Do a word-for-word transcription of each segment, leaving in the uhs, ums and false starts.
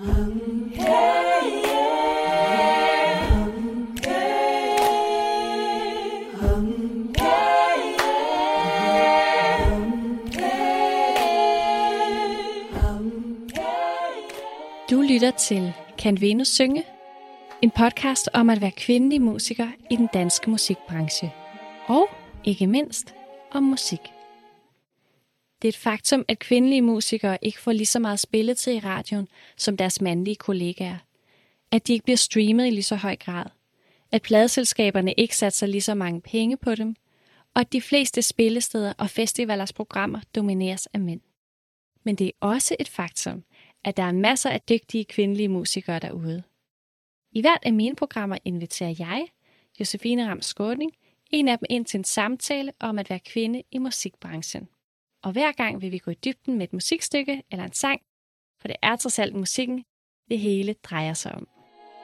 Du lytter til Kan Venus synge? En podcast om at være kvindelig musiker i den danske musikbranche. Og ikke mindst om musik. Det er et faktum, at kvindelige musikere ikke får lige så meget spilletid i radioen som deres mandlige kollegaer. At de ikke bliver streamet i lige så høj grad. At pladeselskaberne ikke satser lige så mange penge på dem. Og at de fleste spillesteder og festivalers programmer domineres af mænd. Men det er også et faktum, at der er masser af dygtige kvindelige musikere derude. I hvert af mine programmer inviterer jeg, Josefine Ram Skaaning, en af dem ind til en samtale om at være kvinde i musikbranchen. Og hver gang vil vi gå i dybden med et musikstykke eller en sang, for det er trods alt musikken, det hele drejer sig om.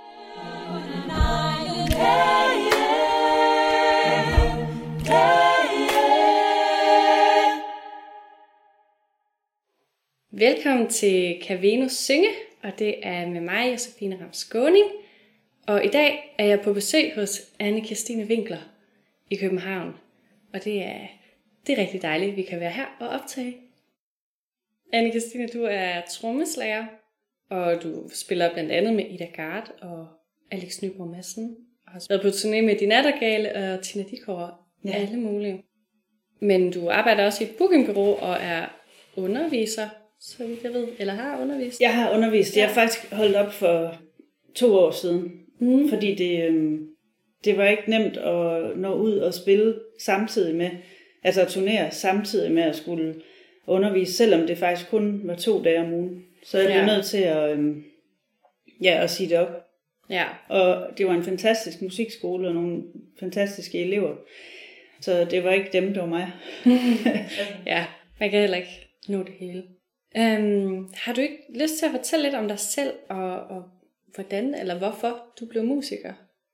Velkommen til Kan Venus synge, og det er med mig, Josefine Ram Skaaning. Og i dag er jeg på besøg hos Anne-Kirstine Winkler i København. Og det er, det er rigtig dejligt, at vi kan være her og optage. Anne-Kirstine, du er trommeslager, og du spiller blandt andet med Ida Gard og Alex Nyborg Madsen. Og har været på turné med Din Nattergale og Tina Dickow og ja. Alle mulige. Men du arbejder også i et bookingbureau og er underviser, så vidt jeg ved, eller har undervist? Jeg har undervist. Ja. Jeg har faktisk holdt op for to år siden, mm. fordi det, øhm, det var ikke nemt at nå ud og spille samtidig med, altså at turnere samtidig med at skulle undervise, selvom det faktisk kun var to dage om ugen. Så jeg blev ja. nødt til at, øhm, ja, at sige det op. Ja. Og det var en fantastisk musikskole og nogle fantastiske elever. Så det var ikke dem, det var mig. Ja, man kan heller ikke nå det hele. Um, har du ikke lyst til at fortælle lidt om dig selv, og, og hvordan eller hvorfor du blev musiker?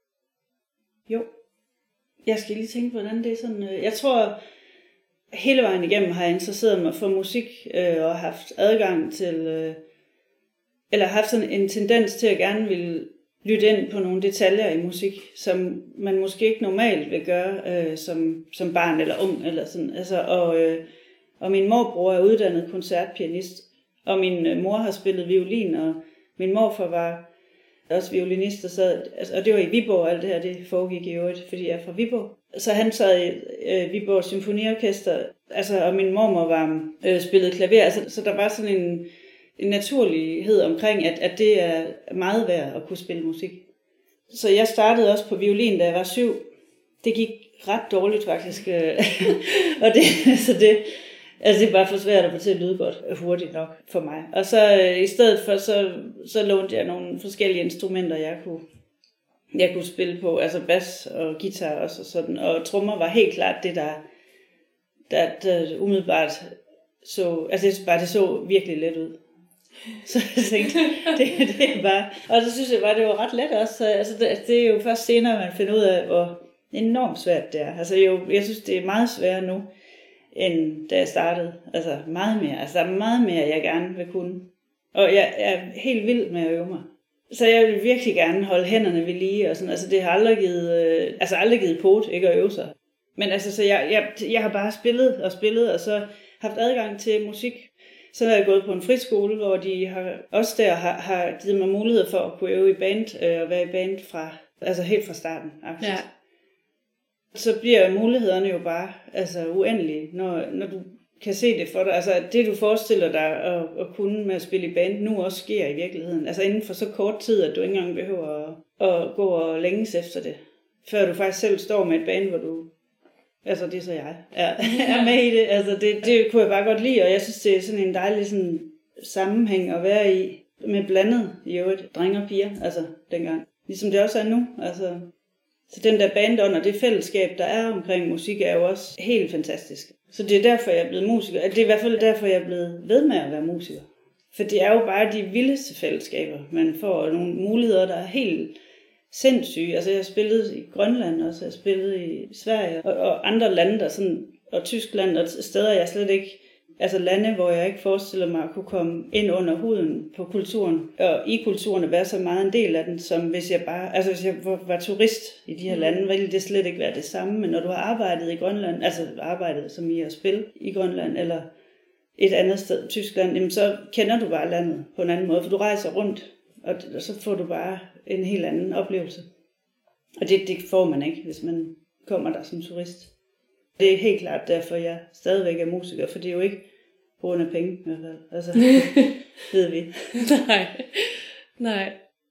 Jo. Jeg skal lige tænke på, hvordan det er sådan. Øh, jeg tror, hele vejen igennem har jeg interesseret mig for musik, øh, og haft adgang til, øh, eller haft sådan en tendens til at gerne ville lytte ind på nogle detaljer i musik, som man måske ikke normalt vil gøre øh, som, som barn eller ung. Eller sådan. Altså, og, øh, og min morbror er uddannet koncertpianist, og min mor har spillet violin, og min morfar var også violinist, og, sad, altså, og det var i Viborg, alt det her, det foregik i øvrigt, fordi jeg er fra Viborg. Så han sad i øh, Viborg Symfoniorkester, altså, og min mormor var øh, spillet klaver, altså, så der var sådan en, en naturlighed omkring, at, at det er meget værd at kunne spille musik. Så jeg startede også på violin, da jeg var syv. Det gik ret dårligt faktisk, og det, så det... Altså det er bare for svært at få til at lyde godt hurtigt nok for mig. Og så øh, i stedet for, så, så lånte jeg nogle forskellige instrumenter, jeg kunne, jeg kunne spille på. Altså bas og guitar også og sådan. Og trommer var helt klart det, der, der, der umiddelbart så... Altså jeg synes bare, det så virkelig let ud. Så jeg tænkte, det, det er bare... Og så synes jeg bare, det var ret let også. Altså det, det er jo først senere, man finder ud af, hvor enormt svært det er. Altså jo, jeg synes, det er meget sværere nu, end da jeg startede. Altså meget mere. Altså der er meget mere, jeg gerne vil kunne. Og jeg er helt vild med at øve mig. Så jeg vil virkelig gerne holde hænderne ved lige. Og sådan. Altså det har aldrig givet, øh, altså aldrig givet pot, ikke at øve sig. Men altså, så jeg, jeg, jeg har bare spillet og spillet, og så haft adgang til musik. Så har jeg gået på en friskole, hvor de har, også der har, har givet mig mulighed for at kunne øve i band, øh, og være i band fra, altså helt fra starten. Ja. Så bliver mulighederne jo bare altså uendelige, når, når du kan se det for dig. Altså det du forestiller dig at, at kunne med at spille i band, nu også sker i virkeligheden. Altså inden for så kort tid, at du ikke engang behøver at, at gå og længes efter det. Før du faktisk selv står med et band, hvor du, altså det er så jeg, er, er med i det. Altså det, det kunne jeg bare godt lide, og jeg synes det er sådan en dejlig sådan, sammenhæng at være i. Med blandet i øvrigt, drenge og piger, altså dengang. Ligesom det også er nu, altså... Så den der bandånd og det fællesskab, der er omkring musik, er jo også helt fantastisk. Så det er derfor, jeg er blevet musiker. Det er i hvert fald derfor, jeg er blevet ved med at være musiker. For det er jo bare de vildeste fællesskaber, man får nogle muligheder, der er helt sindssyge. Altså jeg har spillet i Grønland også, jeg har spillet i Sverige og, og andre lande, der sådan, og Tyskland og steder, jeg slet ikke altså lande, hvor jeg ikke forestiller mig at kunne komme ind under huden på kulturen, og i kulturen at være så meget en del af den, som hvis jeg bare, altså hvis jeg var, var turist i de her lande, ville det slet ikke være det samme, men når du har arbejdet i Grønland, altså arbejdet som i at spille i Grønland, eller et andet sted, Tyskland, jamen så kender du bare landet på en anden måde, for du rejser rundt, og så får du bare en helt anden oplevelse. Og det, det får man ikke, hvis man kommer der som turist. Det er helt klart derfor, jeg stadigvæk er musiker, for det er jo ikke på grund af penge i hvert fald. Altså, ved vi. Nej, nej.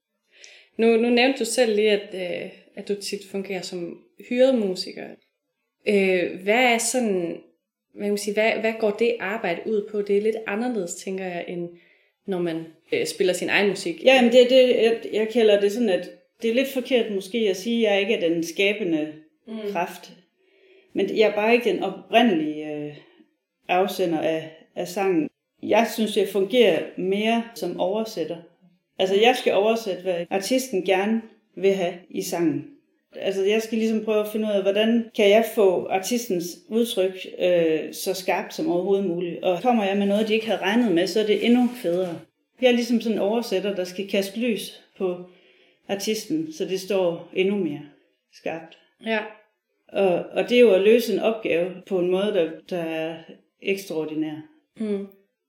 Nu, nu nævnte du selv lige, at, øh, at du tit fungerer som hyret musiker. Øh, hvad er sådan, hvad, kan sige, hvad, hvad går det arbejde ud på? Det er lidt anderledes, tænker jeg, end når man øh, spiller sin egen musik. Ja, men det, det, jeg, jeg kalder det sådan, at det er lidt forkert måske at sige, at jeg ikke er den skabende mm. kraft. Men jeg er bare ikke den oprindelige øh, afsender af, af sangen. Jeg synes, jeg fungerer mere som oversætter. Altså, jeg skal oversætte, hvad artisten gerne vil have i sangen. Altså, jeg skal ligesom prøve at finde ud af, hvordan kan jeg få artistens udtryk øh, så skarpt som overhovedet muligt. Og kommer jeg med noget, de ikke havde regnet med, så er det endnu federe. Jeg er ligesom sådan en oversætter, der skal kaste lys på artisten, så det står endnu mere skarpt. Ja. Og, og det er jo at løse en opgave på en måde, der, der er ekstraordinær. Mm.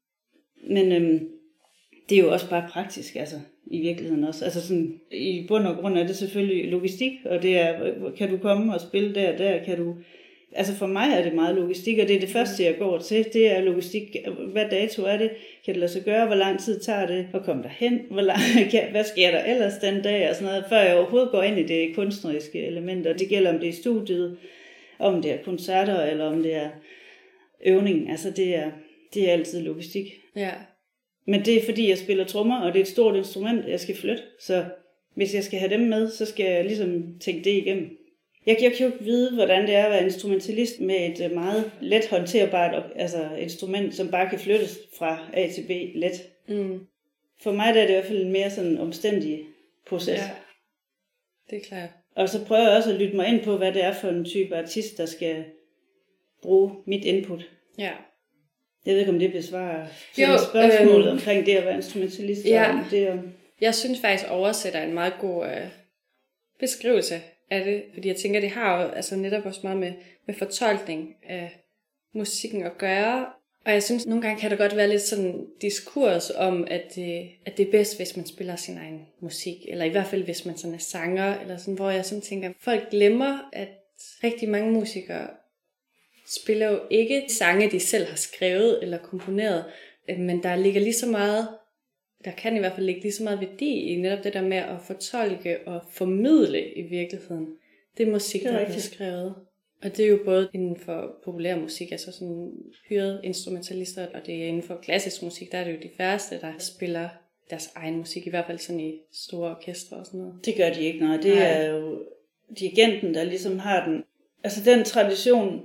Men øhm, det er jo også bare praktisk, altså i virkeligheden også. Altså sådan, i bund og grund er det selvfølgelig logistik, og det er, kan du komme og spille der og der, kan du... Altså for mig er det meget logistik, og det er det første, jeg går til. Det er logistik. Hvad dato er det? Kan det lade sig gøre? Hvor lang tid tager det at komme derhen? Hvor lang, hvad sker der ellers den dag? Og sådan noget, før jeg overhovedet går ind i det kunstneriske element. Og det gælder, om det er studiet, om det er koncerter, eller om det er øvning. Altså det er, det er altid logistik. Ja. Men det er fordi, jeg spiller trommer, og det er et stort instrument, jeg skal flytte. Så hvis jeg skal have dem med, så skal jeg ligesom tænke det igennem. Jeg kan jo ikke vide, hvordan det er at være instrumentalist med et meget let håndterbart altså instrument, som bare kan flyttes fra A til B let. Mm. For mig der er det i hvert fald en mere sådan omstændig proces. Ja, det er klart. Og så prøver jeg også at lytte mig ind på, hvad det er for en type artist, der skal bruge mit input. Ja. Jeg ved ikke, om det besvarer spørgsmålet øh, omkring det at være instrumentalist. Ja, og det, og... jeg synes faktisk oversætter en meget god øh, beskrivelse af det, fordi jeg tænker, det har jo altså netop også meget med, med fortolkning af musikken at gøre, og jeg synes, nogle gange kan der godt være lidt sådan diskurs om, at det, at det er bedst, hvis man spiller sin egen musik, eller i hvert fald, hvis man sådan er sanger, eller sådan, hvor jeg sådan tænker, folk glemmer, at rigtig mange musikere spiller jo ikke sange, de selv har skrevet eller komponeret, men der ligger lige så meget, der kan i hvert fald ligge lige så meget værdi i netop det der med at fortolke og formidle i virkeligheden. Det er musik, der er skrevet. Og det er jo både inden for populær musik, altså sådan hyrede instrumentalister, og det er inden for klassisk musik, der er det jo de færreste, der spiller deres egen musik, i hvert fald sådan i store orkestre og sådan noget. Det gør de ikke, nej. Det nej. Er jo dirigenten, der ligesom har den. Altså den tradition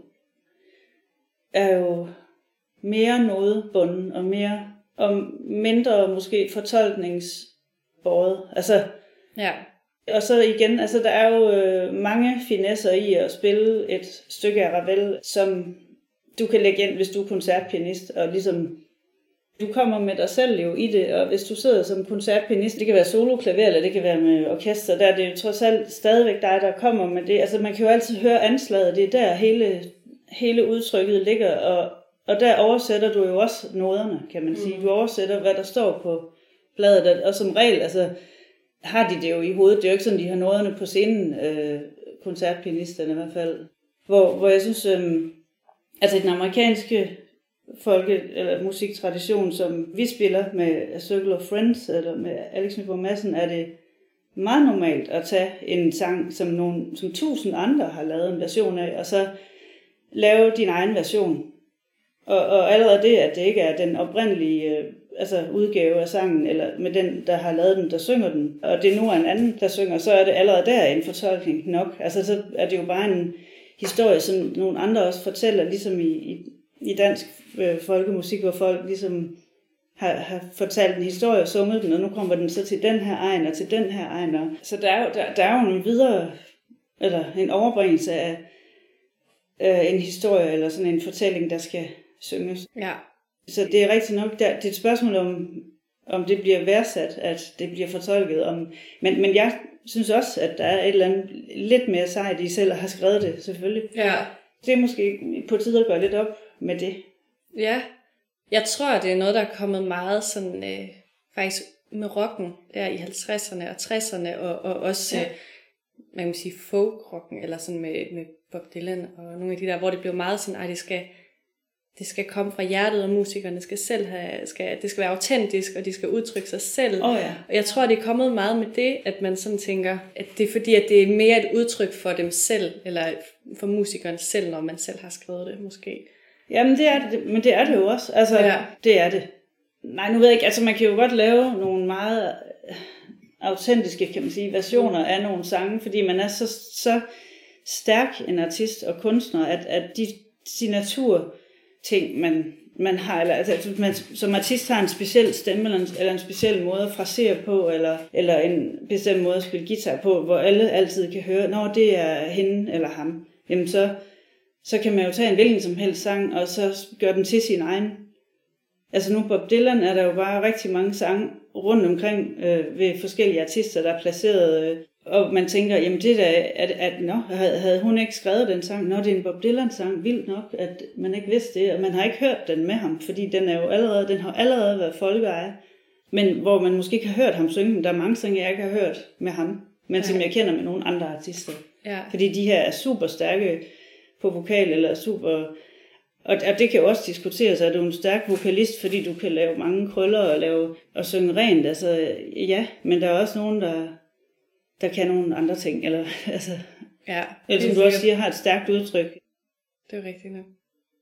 er jo mere nådebunden og mere og mindre måske fortolkningsbåret. Altså, ja. Og så igen, altså der er jo øh, mange finesser i at spille et stykke af Ravel, som du kan lægge ind, hvis du er koncertpianist, og ligesom du kommer med dig selv jo i det, og hvis du sidder som koncertpianist, det kan være soloklaver, eller det kan være med orkester, der er det jo trods alt stadigvæk dig, der kommer med det. Altså man kan jo altid høre anslaget, det er der hele, hele udtrykket ligger, og Og der oversætter du jo også noderne, kan man sige. Du oversætter, hvad der står på bladet. Og som regel, altså, har de det jo i hovedet. Det er jo ikke sådan, de har noderne på scenen, øh, koncertpianisterne i hvert fald. Hvor, hvor jeg synes, øh, altså den amerikanske folke- eller musiktradition, som vi spiller med A Circle of Friends, eller med Alex Nyborg Madsen, er det meget normalt at tage en sang, som, nogen, som tusind andre har lavet en version af, og så lave din egen version. Og, og allerede det, at det ikke er den oprindelige øh, altså udgave af sangen, eller med den, der har lavet den, der synger den, og det nu er en anden, der synger, så er det allerede der en fortolkning nok. Altså så er det jo bare en historie, som nogle andre også fortæller, ligesom i, i, i dansk øh, folkemusik, hvor folk ligesom har, har fortalt en historie og sunget den, og nu kommer den så til den her egen og til den her egen. Og, så der er, jo, der, der er jo en videre, eller en overbringelse af øh, en historie, eller sådan en fortælling, der skal synges. Ja, Så det er rigtigt nok, der, det er et spørgsmål om, om det bliver værdsat, at det bliver fortolket. Om, men, men jeg synes også, at der er et eller andet lidt mere sejt i selv at have skrevet det, selvfølgelig. Ja. Det er måske på tide at gøre lidt op med det. Ja, jeg tror, det er noget, der er kommet meget sådan, øh, faktisk med rocken der i halvtredserne og tresserne, og, og også, ja. øh, man kan sige, folk-rocken, eller sådan med, med Bob Dylan og nogle af de der, hvor det blev meget sådan, at det skal, det skal komme fra hjertet, og musikerne skal selv have, skal, det skal være autentisk, og de skal udtrykke sig selv. Oh, ja. Og jeg tror, det er kommet meget med det, at man sådan tænker, at det er fordi, at det er mere et udtryk for dem selv, eller for musikerne selv, når man selv har skrevet det, måske. Jamen, det er det, men det er det jo også. Altså, ja. Det er det. Nej, nu ved jeg ikke, altså man kan jo godt lave nogle meget autentiske, kan man sige, versioner af nogle sange, fordi man er så, så stærk en artist og kunstner, at, at de signaturting, man, man har, eller altså, man som artist har en speciel stemme, eller en, eller en speciel måde at frasere på, eller, eller en bestemt måde at spille guitar på, hvor alle altid kan høre, når det er hende eller ham, jamen så, så kan man jo tage en hvilken som helst sang, og så gøre den til sin egen. Altså nu Bob Dylan er der jo bare rigtig mange sange rundt omkring øh, ved forskellige artister, der er placeret, øh, og man tænker, jamen det der, at, at nå, havde, havde hun ikke skrevet den sang? Nå, det er en Bob Dylan sang, vildt nok, at man ikke vidste det, og man har ikke hørt den med ham, fordi den er jo allerede, den har allerede været folkeeje, men hvor man måske ikke har hørt ham synge, der er mange sange, jeg ikke har hørt med ham, men som jeg kender med nogle andre artister. Ja. Fordi de her er super stærke på vokal, eller super... Og det kan jo også diskuteres, at du er en stærk vokalist, fordi du kan lave mange krøller og, lave, og synge rent. Altså, ja, men der er også nogen, der, der kan nogle andre ting. Eller, altså, ja, eller som du også siger, har et stærkt udtryk. Det er rigtigt nok.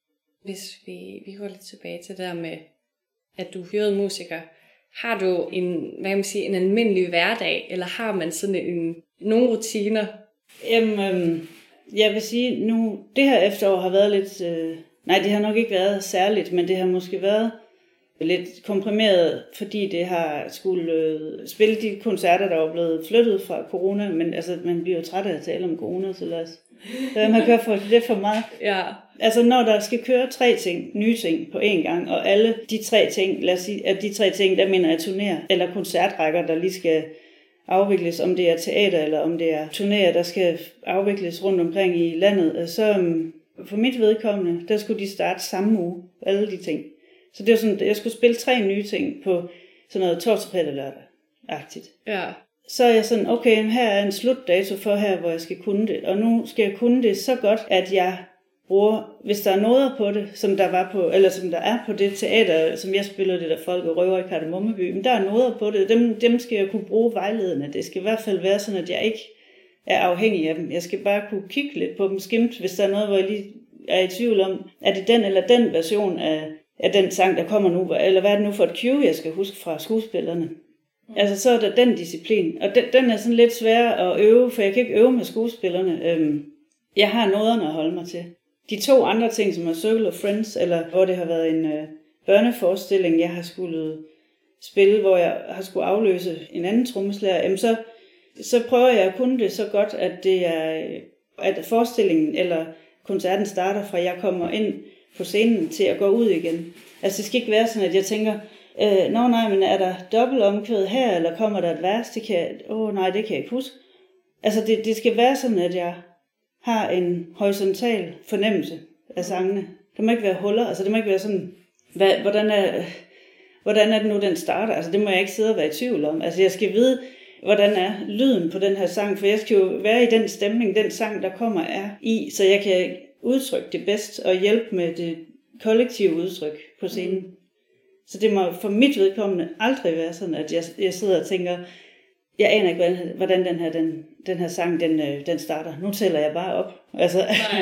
Hvis vi, vi går lidt tilbage til det der med, at du er hyret musiker. Har du en, hvad kan man sige, en almindelig hverdag, eller har man sådan en, nogle rutiner? Jamen, øhm, jeg vil sige, nu det her efterår har været lidt... Øh, Nej, det har nok ikke været særligt, men det har måske været lidt komprimeret, fordi det har skulle øh, spille de koncerter, der var blevet flyttet fra corona, men altså, man bliver jo træt af at tale om corona, så lad os lad man gøre for det for meget. Ja. Altså, når der skal køre tre ting, nye ting på én gang, og alle de tre ting, lad os sige, at de tre ting, der mener jeg turnéer, eller koncertrækker, der lige skal afvikles, om det er teater, eller om det er turnéer, der skal afvikles rundt omkring i landet, så... For mit vedkommende, der skulle de starte samme uge, alle de ting. Så det var sådan, jeg skulle spille tre nye ting på sådan noget torsdag, fredag, lørdag-agtigt. Ja. Så er jeg sådan, okay, her er en slutdato for her, hvor jeg skal kunne det. Og nu skal jeg kunne det så godt, at jeg bruger, hvis der er noget på det, som der var på, eller som der er på det teater, som jeg spiller det der Folk og Røver i Kardemommeby, men der er noget på det, dem, dem skal jeg kunne bruge vejledende. Det skal i hvert fald være sådan, at jeg ikke er afhængig af dem. Jeg skal bare kunne kigge lidt på dem skimt, hvis der er noget, hvor jeg lige er i tvivl om, er det den eller den version af, af den sang, der kommer nu, eller hvad er det nu for et cue, jeg skal huske fra skuespillerne. Mm. Altså, så er der den disciplin, og den, den er sådan lidt svær at øve, for jeg kan ikke øve med skuespillerne. Øhm, jeg har noderne at holde mig til. De to andre ting, som er Circle of Friends, eller hvor det har været en øh, børneforestilling, jeg har skulle spille, hvor jeg har skulle afløse en anden trommeslager, jamen så så prøver jeg at kunne det så godt, at det er, at forestillingen eller koncerten starter fra, jeg kommer ind på scenen til at gå ud igen. Altså det skal ikke være sådan, at jeg tænker, øh, nå nej, men er der dobbelt omkvæd her, eller kommer der et vers? Det kan, åh nej, det kan jeg ikke huske. Altså det, det skal være sådan, at jeg har en horisontal fornemmelse af sangene. Der må ikke være huller, altså det må ikke være sådan, hvad, hvordan, er, hvordan er det nu, den starter? Altså det må jeg ikke sidde og være i tvivl om. Altså jeg skal vide, hvordan er lyden på den her sang, for jeg skal jo være i den stemning, den sang, der kommer, er i, så jeg kan udtrykke det bedst og hjælpe med det kollektive udtryk på scenen. Mm. Så det må for mit vedkommende aldrig være sådan, at jeg, jeg sidder og tænker, jeg aner ikke, hvordan den her, den, den her sang, den, den starter. Nu tæller jeg bare op. Altså,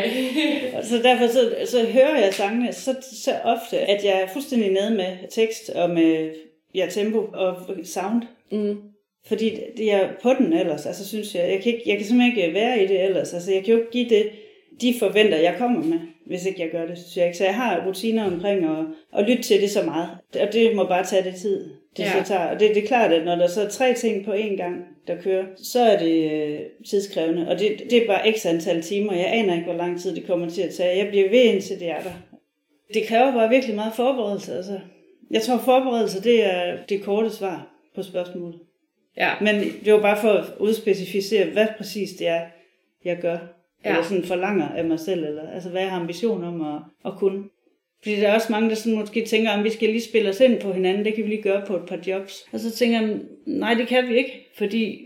så derfor så, så hører jeg sangene så, så ofte, at jeg er fuldstændig nede med tekst og med ja, tempo og sound. Mm. Fordi det er på den ellers, altså synes jeg, jeg kan, ikke, jeg kan simpelthen ikke være i det ellers, altså jeg kan jo ikke give det, de forventer, jeg kommer med, hvis ikke jeg gør det, synes jeg ikke. Så jeg har rutiner omkring at, at lytte til det så meget, og det må bare tage det tid, det ja. så tager. Og det, det er klart, at når der så er tre ting på én gang, der kører, så er det øh, tidskrævende, og det, det er bare x antal timer, jeg aner ikke, hvor lang tid det kommer til at tage. Jeg bliver ved indtil det er der. Det kræver bare virkelig meget forberedelse. Altså. Jeg tror, forberedelse, det er det korte svar på spørgsmålet. Ja. Men det var bare for at udspecificere, hvad præcis det er, jeg gør. Ja. Eller sådan forlanger af mig selv. Eller, altså, hvad jeg har ambition om at, at kunne. Fordi der er også mange, der sådan måske tænker, at vi skal lige spille os ind på hinanden. Det kan vi lige gøre på et par jobs. Og så tænker jeg, nej, det kan vi ikke. Fordi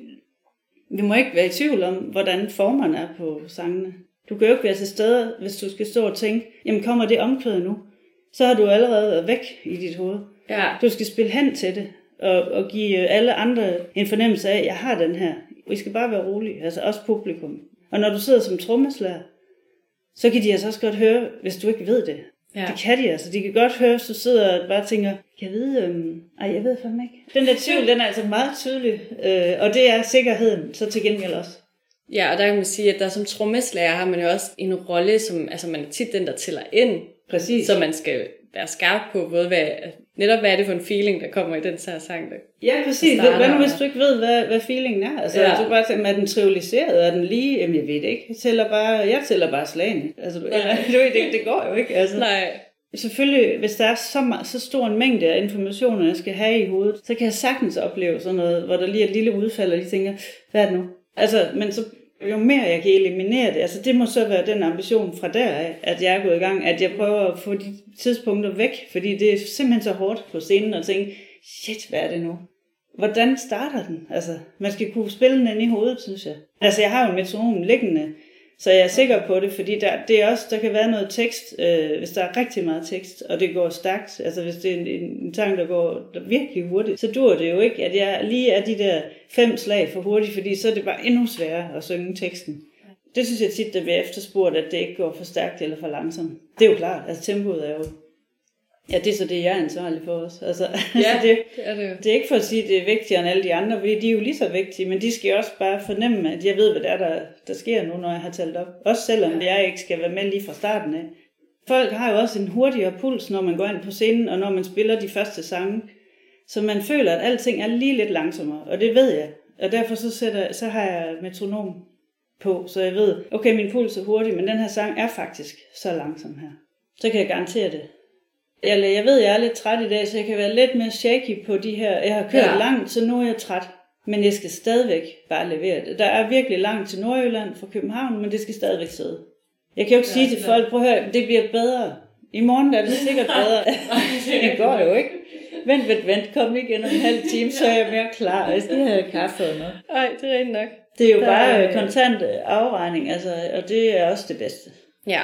vi må ikke være i tvivl om, hvordan formerne er på sangene. Du kan jo ikke være til stede, hvis du skal stå og tænke, jamen kommer det omkvæd nu? Så har du allerede været væk i dit hoved. Ja. Du skal spille hen til det, og, og give alle andre en fornemmelse af, at jeg har den her. Vi skal bare være rolige, altså også publikum. Og når du sidder som trommeslager, så kan de altså også godt høre, hvis du ikke ved det. Ja. Det kan de altså. De kan godt høre, hvis du sidder og bare tænker, kan jeg vide, øhm, ej, jeg ved fandme ikke. Den der tvivl, den er altså meget tydelig, øh, og det er sikkerheden, så til gengæld også. Ja, og der kan man sige, at der som trommeslager har man jo også en rolle, som, altså man er tit den, der tæller ind. Præcis. Så man skal være skarp på, både hvad, netop hvad er det for en feeling, der kommer i den her sang. Der ja, præcis. Hvad nu, hvis du ikke ved, hvad, hvad feelingen er? Altså, ja. Du bare tænker, er den trivialiseret? Er den lige? Jamen, jeg ved det ikke. Jeg tæller bare, jeg tæller bare slagene. Altså, du, ja. du ved, det, det går jo ikke. Altså. Nej. Selvfølgelig, hvis der er så, meget, så stor en mængde af informationer, jeg skal have i hovedet, så kan jeg sagtens opleve sådan noget, hvor der lige er et lille udfald, og de tænker, hvad er det nu? Altså, men så jo mere jeg kan eliminere det, altså det må så være den ambition fra deraf, at jeg er gået i gang, at jeg prøver at få de tidspunkter væk, fordi det er simpelthen så hårdt på scenen at tænke, shit, hvad er det nu? Hvordan starter den? Altså, man skal kunne spille den ind i hovedet, synes jeg. Altså, jeg har jo en metronom liggende, så jeg er sikker på det, fordi der, det er også, der kan være noget tekst, øh, hvis der er rigtig meget tekst, og det går stærkt, altså hvis det er en, en sang, der går der virkelig hurtigt, så dur det jo ikke, at jeg lige er de der fem slag for hurtigt, fordi så er det bare endnu sværere at synge teksten. Det synes jeg tit, der bliver efterspurgt, at det ikke går for stærkt eller for langsomt. Det er jo klart, altså tempoet er jo, ja, det er så det, jeg er ansvarlig for os. Altså, ja, altså det, det er det jo. Det er ikke for at sige, at det er vigtigere end alle de andre, fordi de er jo lige så vigtige, men de skal også bare fornemme, at jeg ved, hvad der er, der, der sker nu, når jeg har talt op. Også selvom jeg ikke skal være med lige fra starten af. Folk har jo også en hurtigere puls, når man går ind på scenen, og når man spiller de første sange. Så man føler, at alting er lige lidt langsommere, og det ved jeg. Og derfor så, sætter, så har jeg metronom på, så jeg ved, okay, min puls er hurtig, men den her sang er faktisk så langsom her. Så kan jeg garantere det. Jeg, jeg ved, jeg er lidt træt i dag, så jeg kan være lidt mere shaky på de her. Jeg har kørt ja. langt, så nu er jeg træt. Men jeg skal stadigvæk bare levere det. Der er virkelig langt til Nordjylland fra København, men det skal stadigvæk sidde. Jeg kan jo ikke ja, sige til folk, prøv at høre, det bliver bedre. I morgen er det sikkert bedre. Det går jo ikke. Vent, vent, vent. Kom igen om en halv time, så er jeg mere klar. Jeg skal have kaffe og noget. Nej, det er rigtig nok. Det er jo der bare er kontant afregning, altså, og det er også det bedste. Ja.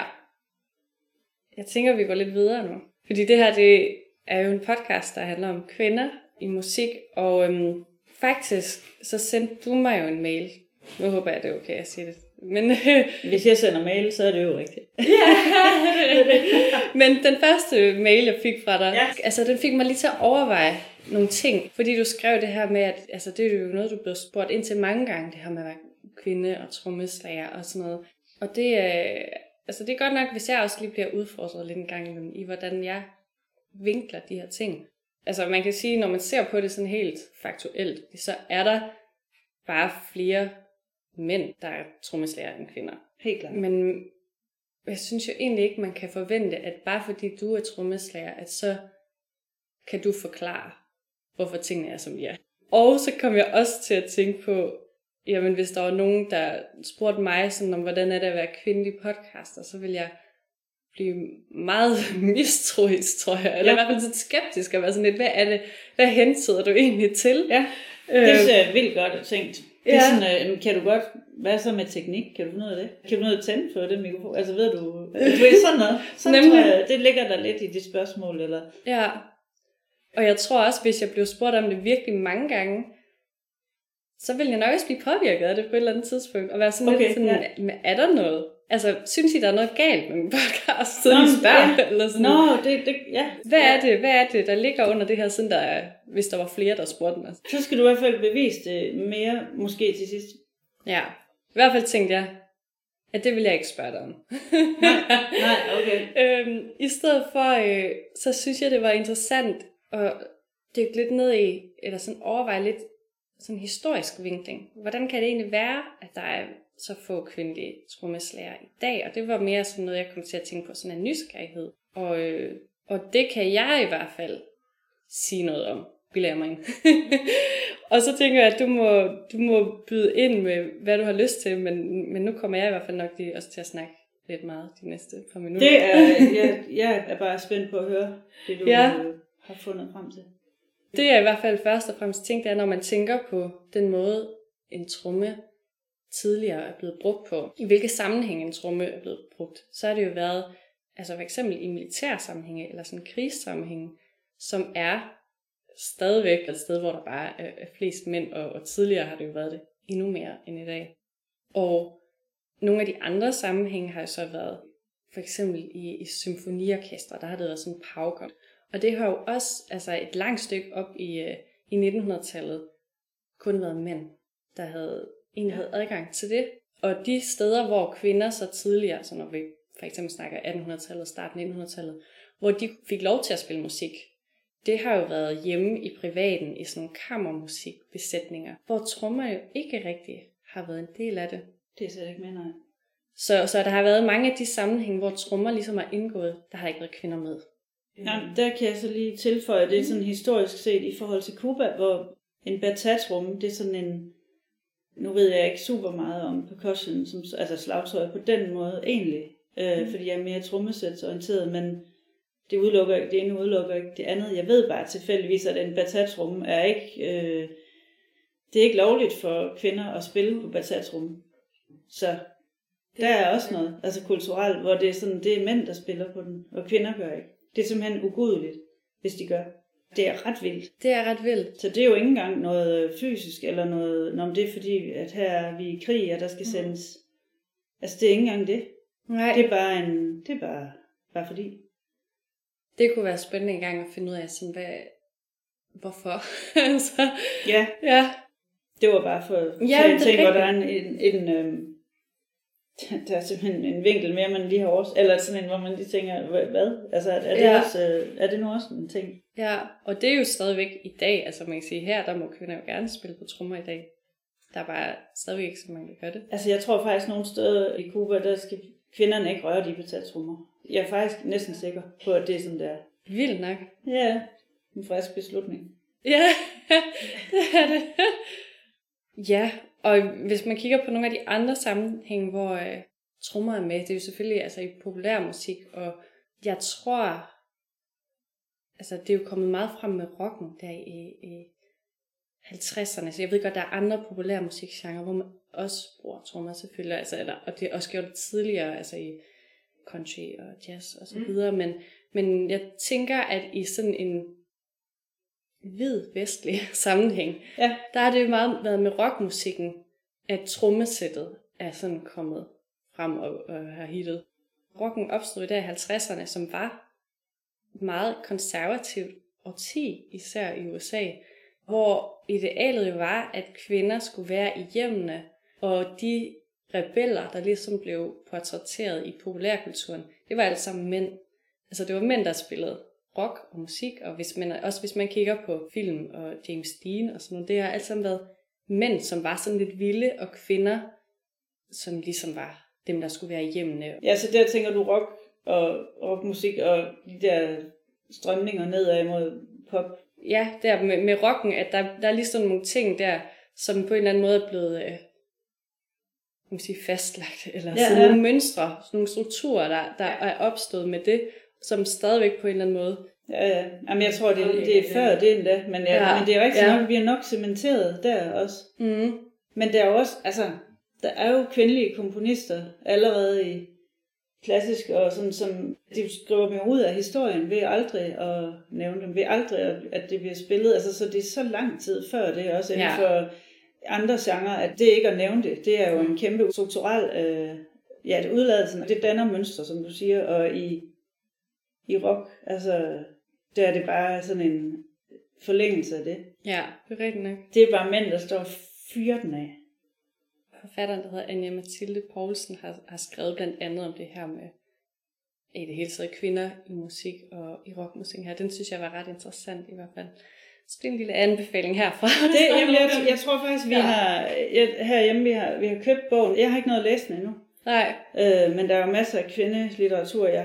Jeg tænker, vi går lidt videre nu. Fordi det her, det er jo en podcast, der handler om kvinder i musik, og øhm, faktisk, så sendte du mig jo en mail. Nu håber jeg, det er okay at sige det. Men, øh, hvis jeg sender mail, så er det jo rigtigt. Ja, men den første mail, jeg fik fra dig, ja. altså den fik mig lige til at overveje nogle ting. Fordi du skrev det her med, at altså, det er jo noget, du blev spurgt ind til mange gange, det her med at være kvinde og trommeslager og sådan noget. Og det er... Øh, Altså det er godt nok, hvis jeg også lige bliver udfordret lidt en gang imellem, i hvordan jeg vinkler de her ting. Altså man kan sige, når man ser på det sådan helt faktuelt, så er der bare flere mænd, der er trommeslager end kvinder. Helt klart. Men jeg synes jo egentlig ikke, man kan forvente, at bare fordi du er trommeslager, at så kan du forklare, hvorfor tingene er, som de er. Og så kom jeg også til at tænke på, jamen hvis der var nogen, der spurgte mig sådan om, hvordan er det at være kvindelig podcaster, så vil jeg blive meget mistroisk, tror jeg. Eller ja. i hvert fald sådan skeptisk og være sådan lidt, hvad er det, hvad hentyder du egentlig til? Ja, det er øh, vildt godt tænkt. Det er ja. sådan, øh, kan du godt, hvad så med teknik? Kan du finde ud af det? Kan du finde ud af at tænde for det mikrofon? Altså ved du, du ved sådan noget. Sådan tror jeg, det ligger der lidt i de spørgsmål. Eller? Ja, og jeg tror også, hvis jeg blev spurgt om det virkelig mange gange, så vil jeg nok også blive påvirket af det på et eller andet tidspunkt. Og være sådan okay, lidt sådan, ja. er der noget? Altså, synes I, der er noget galt med min podcast? Siden I spørger, ja. eller sådan. Nå, det, det, ja. Hvad er det, hvad er det, der ligger under det her, siden der er, hvis der var flere, der spurgte mig? Så skal du i hvert fald bevise det mere, måske til sidst. Ja, i hvert fald tænkte jeg, at det vil jeg ikke spørge dig om. nej, nej, okay. øhm, I stedet for, øh, så synes jeg, det var interessant at dykke lidt ned i, eller sådan overveje lidt, sådan en historisk vinkling. Hvordan kan det egentlig være, at der er så få kvindelige trommeslagere i dag? Og det var mere sådan noget, jeg kom til at tænke på, sådan en nysgerrighed. Og, øh, og det kan jeg i hvert fald sige noget om, bilder jeg mig ind. Og så tænker jeg, at du må, du må byde ind med, hvad du har lyst til, men, men nu kommer jeg i hvert fald nok lige også til at snakke lidt meget de næste par minutter. Det er, jeg, jeg er bare spændt på at høre det, du ja. har fundet frem til. Det er i hvert fald først og fremmest tænkt, er, når man tænker på den måde, en tromme tidligere er blevet brugt på. I hvilke sammenhæng en tromme er blevet brugt. Så har det jo været, altså for eksempel i militærsammenhænge, eller sådan krigssammenhænge, som er stadigvæk et sted, hvor der bare er flest mænd, og, og tidligere har det jo været det endnu mere end i dag. Og nogle af de andre sammenhænge har jo så været, for eksempel i, i symfoniorkestre, der har det været sådan pauker. Og det har jo også altså et langt stykke op i, i nitten hundrede-tallet kun været mænd, der havde, egentlig havde adgang til det. Og de steder, hvor kvinder så tidligere, så når vi for eksempel snakker attenhundrede-tallet, start nitten hundrede-tallet, hvor de fik lov til at spille musik, det har jo været hjemme i privaten, i sådan nogle kammermusikbesætninger, hvor trommer jo ikke rigtig har været en del af det. Det er slet ikke med, nej. Så, så der har været mange af de sammenhænge, hvor trommer ligesom har indgået, der har ikke været kvinder med. Ja, der kan jeg så lige tilføje, det er sådan historisk set i forhold til Cuba, hvor en batatromme, det er sådan en, nu ved jeg ikke super meget om percussion, som, altså slagtøj på den måde egentlig, øh, mm. fordi jeg er mere trommesætsorienteret, men det udelukker ikke, det ene udelukker ikke det andet. Jeg ved bare tilfældigvis, at en batatromme er ikke, øh, det er ikke lovligt for kvinder at spille på batatromme. Så der er også noget, altså kulturelt, hvor det er sådan, det er mænd, der spiller på den, og kvinder gør ikke. Det er simpelthen ugudeligt, hvis de gør. Det er ret vildt. Det er ret vildt. Så det er jo ikke engang noget fysisk, eller noget, når det er fordi, at her er vi i krig, og der skal sendes. Mm. Altså det er ikke engang det. Nej. Det er bare en, det er bare, bare fordi. Det kunne være spændende en gang at finde ud af, sådan, hvad, hvorfor. så, ja. ja, det var bare for at ja, en ting, hvor der er en, en, en øhm, der er simpelthen en vinkel mere, man lige har også, eller sådan en, hvor man lige tænker, hvad? Altså, er det, ja. også, er det nu også en ting? Ja, og det er jo stadigvæk i dag, altså man kan sige, her, der må kvinder jo gerne spille på trommer i dag. Der er bare stadigvæk ikke så mange, der gør det. Altså, jeg tror faktisk, nogle steder i Cuba, der skal kvinderne ikke røre de batatrommer. Jeg er faktisk næsten sikker på, at det er sådan der. Vildt nok. Ja, en frisk beslutning. Ja, det er det. Ja, og hvis man kigger på nogle af de andre sammenhænge, hvor øh, trommer er med, det er jo selvfølgelig altså, i populærmusik, og jeg tror, altså det er jo kommet meget frem med rocken der i, i halvtredserne, så jeg ved godt, der er andre populærmusikgenre, hvor man også bruger trommer selvfølgelig, altså, eller, og det er også gjort det tidligere, altså i country og jazz og så videre, mm. men, men jeg tænker, at i sådan en hvid vestlig sammenhæng, ja. Der har det jo meget været med rockmusikken, at trommesættet er sådan kommet frem og, og har hittet. Rocken opstod der i halvtredserne, som var meget konservativt årti, især i U S A, hvor idealet jo var, at kvinder skulle være i hjemmene, og de rebeller, der ligesom blev portrætteret i populærkulturen, det var alle sammen mænd. Altså det var mænd, der spillede rock og musik, og hvis man, også hvis man kigger på film og James Dean og sådan noget, det har alt sammen været mænd, som var sådan lidt vilde, og kvinder, som ligesom var dem, der skulle være i hjemmene. Ja, så der tænker du rock og rockmusik og de der strømninger nedad mod pop. Ja, der med, med rocken, at der, der er ligesom nogle ting der, som på en eller anden måde er blevet øh, man sige, fastlagt, eller ja, sådan ja. nogle mønstre, sådan nogle strukturer, der, der er opstået med det, som stadigvæk på en eller anden måde. Ja, ja. Jamen, jeg tror, det, det er før det endda, men, ja, ja. men det er jo ikke ja. nok, vi er nok cementeret der også. Mm. Men der er jo også, altså, der er jo kvindelige komponister allerede i klassisk, og sådan, som de skriver dem ud af historien ved aldrig at nævne dem, ved aldrig at det bliver spillet, altså så det er så lang tid før det også inden ja. for andre genrer, at det ikke at nævne det, det er jo en kæmpe strukturel, øh, ja, det udladelsen, og det danner mønstre, som du siger, og i I rock, altså, der er det bare sådan en forlængelse af det. Ja, det er rigtigt nok. Det er bare mænd, der står og fyrer den af. Forfatteren, der hedder Anja Mathilde Poulsen, har, har skrevet blandt andet om det her med, i det hele taget kvinder i musik og i rockmusik her. Den synes jeg var ret interessant i hvert fald. Så det er en lille anbefaling herfra. Det, jamen, jeg, jeg tror faktisk, vi ja. har, jeg, herhjemme, vi har, vi har købt bogen. Jeg har ikke noget at læse den endnu. Nej. Øh, men der er jo masser af kvindelitteratur, jeg har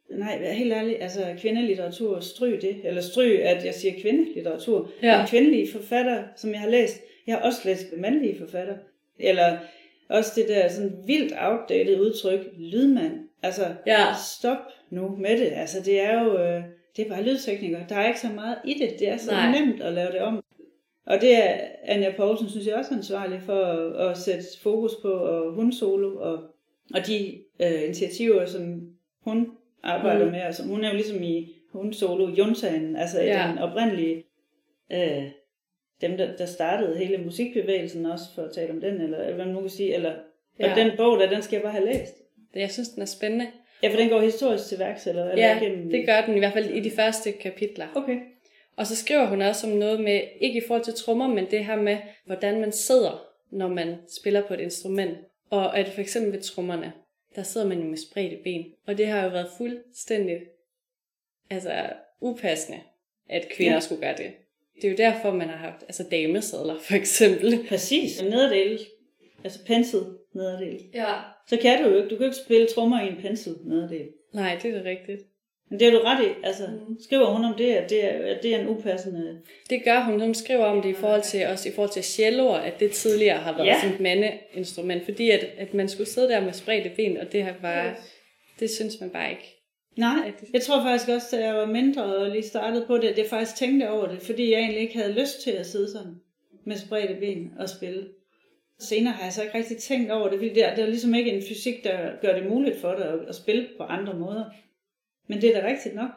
Nej, helt ærligt, altså kvindelitteratur, stryg det. Eller stryg, at jeg siger kvindelitteratur. Ja. En kvindelige forfatter, som jeg har læst. Jeg har også læst mandlige forfatter. Eller også det der sådan vildt outdated udtryk, lydmand. Altså, Ja. stop nu med det. Altså, det er jo, øh, det er bare lydteknikere. Der er ikke så meget i det. Det er så Nej. nemt at lave det om. Og det er Anja Poulsen, synes jeg også er ansvarlig for at, at sætte fokus på, og hun solo, og, og de øh, initiativer, som hun arbejder Mm. med. Altså, hun er jo ligesom i hun solo juntaen, altså Ja. den oprindelige, øh, dem der, der startede hele musikbevægelsen også, for at tale om den, eller, eller hvad man nu kan sige, eller, Ja. og den bog der, den skal jeg bare have læst. Det, jeg synes, den er spændende. Ja, for den går historisk til værks, eller, eller Ja, igennem... det gør den i hvert fald i de første kapitler. Okay. Og så skriver hun også om noget med, ikke i forhold til trommer, men det her med, hvordan man sidder, når man spiller på et instrument. Og at for eksempel ved trommerne, der sidder man jo med spredte ben. Og det har jo været fuldstændig altså, upassende, at kvinder Ja. skulle gøre det. Det er jo derfor, man har haft altså damesadler, for eksempel. Præcis. Nederdel, altså pensel nederdel. Ja. Så kan du jo ikke, du kan ikke spille trommer i en pensel nederdel. Nej, det er da rigtigt. Men det er du ret i, altså Mm. skriver hun om det, at det er, at det er en upassende... Det gør hun. Hun skriver om det i forhold til, også i forhold til celloer, at det tidligere har været Ja. sådan et mandeinstrument, fordi at, at man skulle sidde der med spredte ben, og det har bare, det synes man bare ikke. Nej, jeg tror faktisk også, da jeg var mindre og lige startede på det, at jeg faktisk tænkte over det, fordi jeg egentlig ikke havde lyst til at sidde sådan med spredte ben og spille. Senere har jeg så ikke rigtig tænkt over det, fordi der, der er ligesom ikke en fysik, der gør det muligt for dig at, at spille på andre måder. Men det er da rigtigt nok.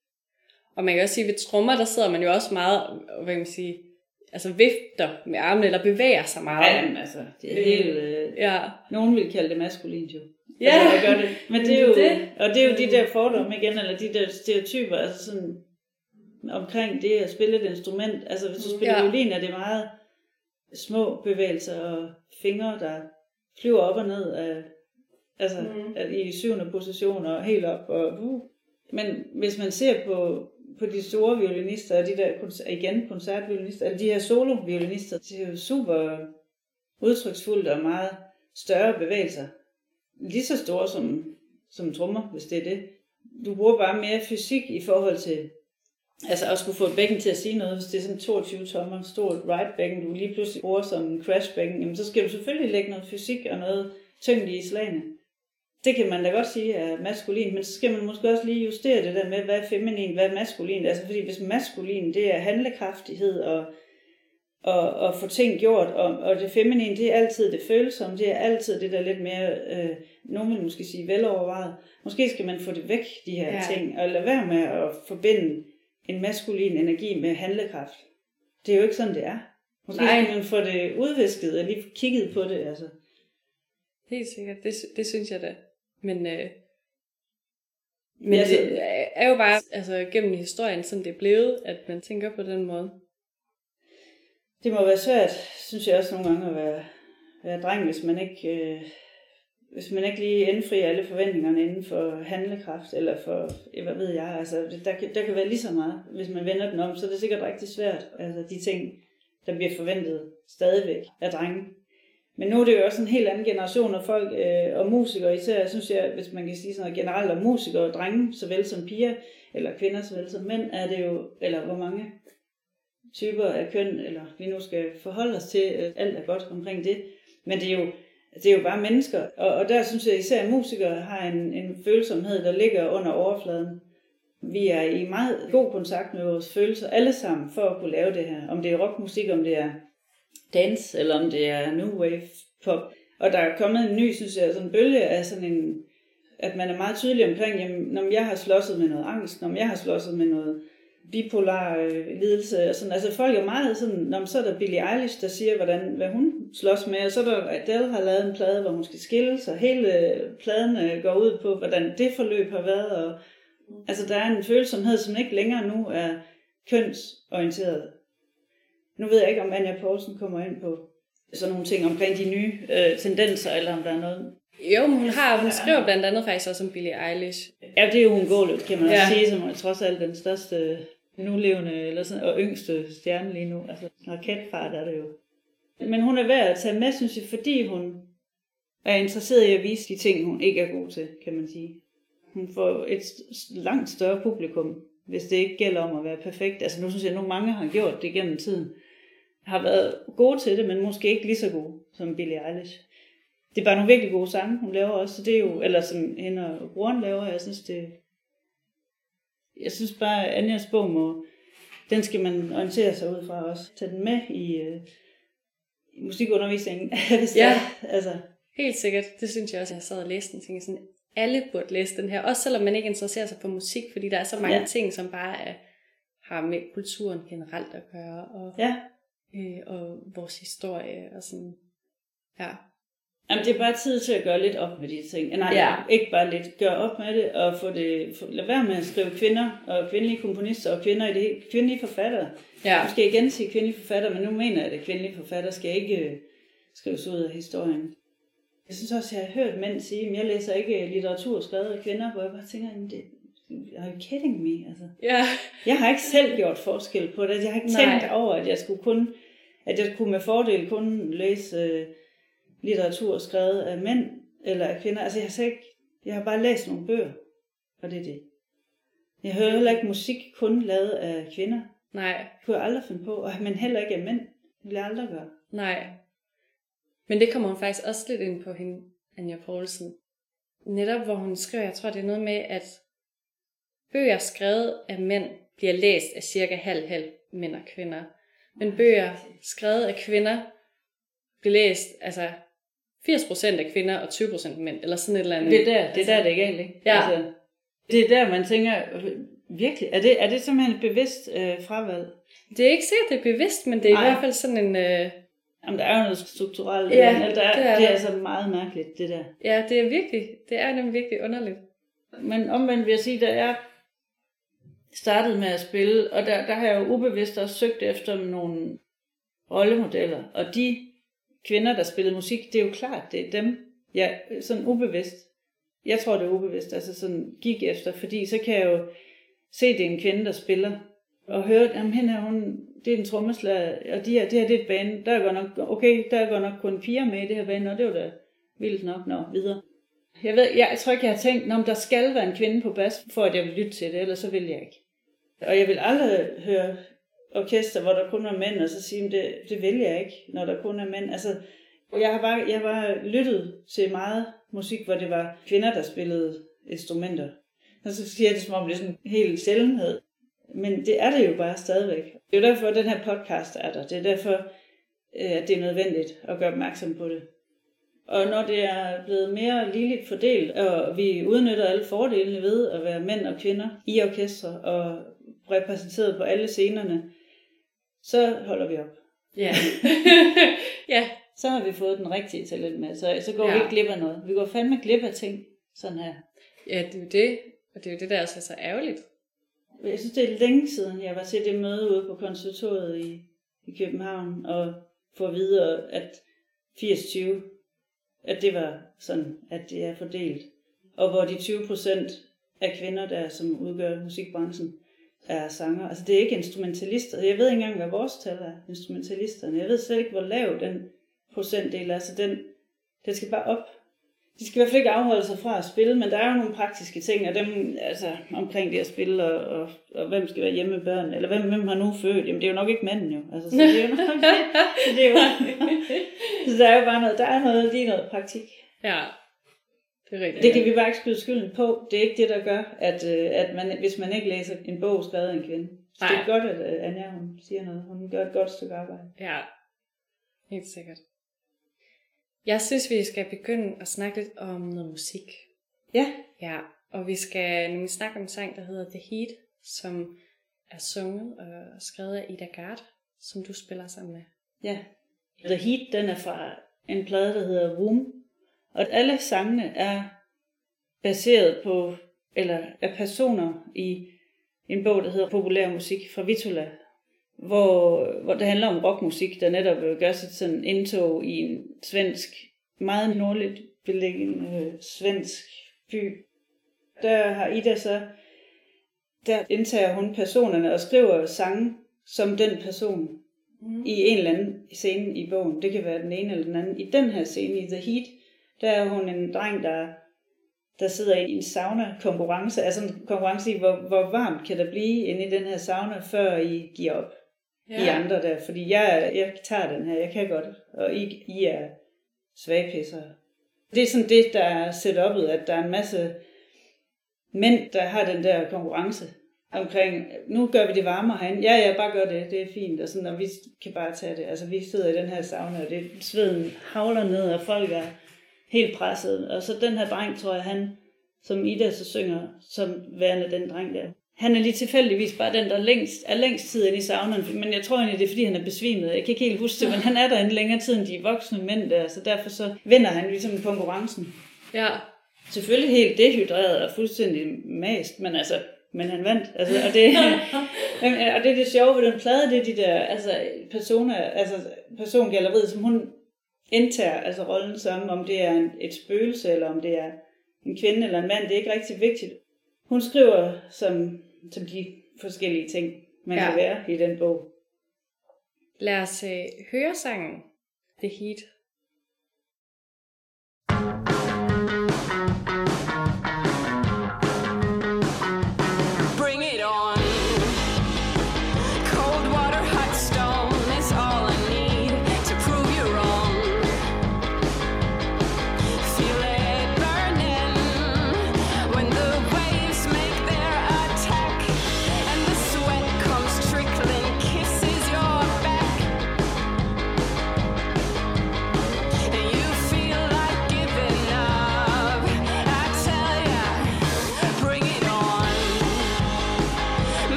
Og man kan også sige, at ved trommer, der sidder man jo også meget, hvad kan man sige, altså vifter med armene, eller bevæger sig meget. Ja, men altså, det er helt... Øh, Ja. nogen vil kalde det maskulint jo. Ja. Altså, jeg gør det. Men det er jo, Det. og det er jo de der fordomme igen, eller de der stereotyper, altså sådan omkring det at spille et instrument. Altså hvis du spiller Ja. violin, er det meget små bevægelser og fingre, der flyver op og ned af, altså Mhm. at i syvende position og helt op. Og, uh. Men hvis man ser på, på de store violinister, og de der koncer- igen koncertviolinister, eller de her solo-violinister, det er jo super udtryksfuldt og meget større bevægelser. Lige så store som, som trommer, hvis det er det. Du bruger bare mere fysik i forhold til, altså at skulle få et bækken til at sige noget, hvis det er sådan toogtyve tommer, stort right bækken, du lige pludselig bruger som crash bækken, jamen så skal du selvfølgelig lægge noget fysik og noget tyngde i slagene. Det kan man da godt sige er maskulin, men så skal man måske også lige justere det der med, hvad er feminin, hvad er maskulin. Altså fordi hvis maskulin, det er handlekraftighed og, og, og få ting gjort, og, og det feminine, det er altid det følsomme, det er altid det der lidt mere, øh, nogen vil måske sige velovervejet. Måske skal man få det væk, de her Ja. ja. ting, og lade være med at forbinde en maskulin energi med handlekraft. Det er jo ikke sådan, det er. Måske Nej. skal man få det udvisket og lige kigget på det, altså. Helt sikkert, det, det synes jeg da. Men, øh, men Ja, så- det er jo bare altså, gennem historien, sådan det er blevet, at man tænker på den måde. Det må være svært, synes jeg også nogle gange, at være, være dreng, hvis man ikke, øh, hvis man ikke lige indfrier alle forventningerne inden for handlekraft, eller for, ja, hvad ved jeg, altså det- der kan, der kan være lige så meget. Hvis man vender den om, så er det sikkert rigtig svært, altså de ting, der bliver forventet stadigvæk af drenge. Men nu er det jo også en helt anden generation af folk, øh, og musikere især, synes jeg, hvis man kan sige sådan noget generelt om musikere og drenge, såvel som piger, eller kvinder såvel som mænd, er det jo, eller hvor mange typer af køn, eller vi nu skal forholde os til, at alt er godt omkring det. Men det er jo, det er jo bare mennesker, og, og der synes jeg især, at musikere har en, en følsomhed, der ligger under overfladen. Vi er i meget god kontakt med vores følelser, alle sammen, for at kunne lave det her. Om det er rockmusik, om det er dance, eller om det er new wave pop. Og der er kommet en ny, synes jeg, sådan en bølge af sådan en, at man er meget tydelig omkring, jamen, når jeg har slåsset med noget angst, når jeg har slåsset med noget bipolar øh, lidelse, og sådan. Altså folk er meget sådan, når så er der Billie Eilish, der siger, hvordan, hvad hun slås med, og så er der Adele har lavet en plade, hvor hun skal skille sig. Hele øh, pladen øh, går ud på, hvordan det forløb har været, og altså der er en følsomhed, som ikke længere nu er kønsorienteret. Nu ved jeg ikke, om Anja Poulsen kommer ind på sådan nogle ting omkring de nye øh, tendenser, eller om der er noget. Jo, men hun, har, hun skriver blandt andet faktisk også om Billie Eilish. Ja, det er jo uundgåeligt, kan man Ja. også sige, som er trods alt den største nulevende eller sådan, og yngste stjerne lige nu. Altså raketfart er det jo. Men hun er værd at tage med, synes jeg, fordi hun er interesseret i at vise de ting, hun ikke er god til, kan man sige. hun får et langt større publikum, hvis det ikke gælder om at være perfekt. Altså nu synes jeg, at nu mange har gjort det gennem tiden. Har været gode til det, men måske ikke lige så gode som Billie Eilish. Det er bare nogle virkelig gode sange, hun laver også. Så det er jo, eller som hende og broren laver, jeg synes det... Jeg synes bare, at Anjas bog må... Den skal man orientere sig ud fra også. Tag den med i, øh, i musikundervisningen. Ja, altså. Helt sikkert. Det synes jeg også, jeg sad og læste den. Tænkte sådan, alle burde læse den her. Også selvom man ikke interesserer sig for musik, fordi der er så mange ja. ting, som bare er, har med kulturen generelt at gøre. Og, ja. øh, og vores historie og sådan. Ja. Jamen, det er bare tid til at gøre lidt op med de ting. Nej, ja. ikke bare lidt. Gøre op med det, og få det, få, lad være med at skrive kvinder, og kvindelige komponister, og kvinder i det, kvindelige forfattere. Ja. Nu skal jeg igen sige kvindelige forfattere, men nu mener jeg, at kvindelige forfattere skal ikke øh, skrives ud af historien. Jeg synes også, jeg har hørt mænd sige, at jeg læser ikke litteratur skrevet af kvinder, hvor jeg bare tænker, det, are you kidding me? Altså, ja. Jeg har ikke selv gjort forskel på det. Jeg har ikke Nej. tænkt over, at jeg skulle kun, at jeg kunne med fordel kun læse øh, litteratur skrevet af mænd eller af kvinder. Altså jeg har, ikke, jeg har bare læst nogle bøger, og det er det. Jeg hører heller ikke musik kun lavet af kvinder. Nej. Det kunne jeg aldrig finde på, men heller ikke af mænd. Det vil jeg aldrig gøre. Nej. Men det kommer hun faktisk også lidt ind på hende, Anja Poulsen. Netop hvor hun skriver, jeg tror det er noget med, at bøger skrevet af mænd bliver læst af cirka halv-halv mænd og kvinder. Men bøger skrevet af kvinder bliver læst, altså firs procent af kvinder og tyve procent mænd, eller sådan et eller andet. Det er der, det er, altså, der, det er galt, ikke? Ja. Altså, det er der, man tænker, virkelig, er det, er det simpelthen et bevidst øh, fravalg? Det er ikke sikkert, det er bevidst, men det er Ej. i hvert fald sådan en... Øh... Jamen, der er jo noget strukturelt. Ja, der, det, er, det er altså meget mærkeligt, det der. Ja, det er virkelig, det er nemlig virkelig underligt. Men omvendt vil jeg sige, da jeg startede med at spille, og der, der har jeg jo ubevidst også søgt efter nogle rollemodeller, og de kvinder, der spillede musik, det er jo klart, det er dem, jeg sådan ubevidst, jeg tror det er ubevidst, altså sådan gik efter, fordi så kan jeg jo se, det er en kvinde, der spiller, og høre, jamen hende her, hun, det er en trommeslager, og de her, det her det er et band, der er godt nok, okay, der er godt nok kun piger med i det her band, og det var da vildt nok, nå, videre. Jeg ved, jeg, jeg tror ikke, jeg har tænkt, om der skal være en kvinde på bas, for at jeg vil lytte til det, ellers så vil jeg ikke. Og jeg vil aldrig høre orkester, hvor der kun er mænd, og så sige, det, det vil jeg ikke, når der kun er mænd. Altså, jeg har bare, jeg har bare lyttet til meget musik, hvor det var kvinder, der spillede instrumenter. Og så siger jeg det, som om det er sådan en helt sjældenhed. Men det er det jo bare stadigvæk. Det er jo derfor, at den her podcast er der. Det er derfor, at det er nødvendigt at gøre opmærksom på det. Og når det er blevet mere ligeligt fordelt, og vi udnytter alle fordelene ved at være mænd og kvinder i orkestre og repræsenteret på alle scenerne, så holder vi op. Ja. Ja. Så har vi fået den rigtige talent med, så, så går ja. vi ikke glip af noget. Vi går fandme glip af ting, sådan her. Ja, det er jo det, og det er jo det, der også er så ærgerligt. Jeg synes, det er længe siden, jeg var til det møde ude på konservatoriet i, i København, og få at vide, at firs tyve, at det var sådan, at det er fordelt. Og hvor de tyve procent af kvinder, der som udgør musikbranchen, er sanger. Altså det er ikke instrumentalister. Jeg ved ikke engang, hvad vores tal er, instrumentalisterne. Jeg ved slet ikke, hvor lav den procentdel er. Så den, den skal bare op. De skal i hvert fald ikke afholde sig fra at spille, men der er jo nogle praktiske ting, og dem, altså, omkring det at spille, og, og, og hvem skal være hjemme med børn, eller hvem, hvem har nu født? Jamen det er jo nok ikke manden jo. Altså, så det er jo nok så det er jo, så der er jo bare noget, der er noget, lige noget praktik. Ja, det er rigtigt. Det kan vi bare ikke skyde skylden på. Det er ikke det, der gør, at, at man, hvis man ikke læser en bog skrevet af en kvinde. Så det er godt, at Anja, hun siger noget. Hun gør et godt stykke arbejde. Ja, helt sikkert. Jeg synes, vi skal begynde at snakke lidt om noget musik. Ja. Ja, og vi skal nemlig snakke om en sang, der hedder The Heat, som er sunget og skrevet af Ida Gard, som du spiller sammen med. Ja. The Heat, den er fra en plade, der hedder Womb. Og alle sangene er baseret på, eller er personer i en bog, der hedder Populær musik fra Vittula, hvor, hvor det handler om rockmusik, der netop gør sit sådan indtog i en svensk, meget nordligt beliggende øh, svensk by. Der har Ida så, der indtager hun personerne og skriver sange som den person mm. i en eller anden scene i bogen. Det kan være den ene eller den anden. I den her scene, i The Heat, der er hun en dreng, der, der sidder i en sauna-konkurrence, altså en konkurrence i, hvor, hvor varmt kan der blive inde i den her sauna, før I giver op. Ja. I andre der, fordi jeg, jeg tager den her, jeg kan godt, og I, I er svagpisser. Det er sådan det, der er setup'et, at der er en masse mænd, der har den der konkurrence omkring, nu gør vi det varmere herinde. Ja, ja, bare gør det, det er fint, og, sådan, og vi kan bare tage det. Altså, vi sidder i den her sauna, og det, sveden havler ned, og folk er helt presset. Og så den her dreng, tror jeg, han, som Ida så synger, som værende den dreng der. Han er lige tilfældigvis bare den, der længst, er længst tid inde i saunaen, men jeg tror egentlig, det er, fordi han er besvimet. Jeg kan ikke helt huske det, men han er der en længere tid end de voksne mænd der, så derfor så vinder han ligesom konkurrencen. Ja. Selvfølgelig helt dehydreret og fuldstændig mast, men altså, men han vandt. Altså, og, det, og det er det sjove ved den plade, det er de der altså, personer, altså persongalleriet, som hun indtager, altså rollen som, om det er en, et spøgelse, eller om det er en kvinde eller en mand, det er ikke rigtig vigtigt. Hun skriver som, som de forskellige ting, man ja. kan være i den bog. Lad os øh, høre sangen The Heat.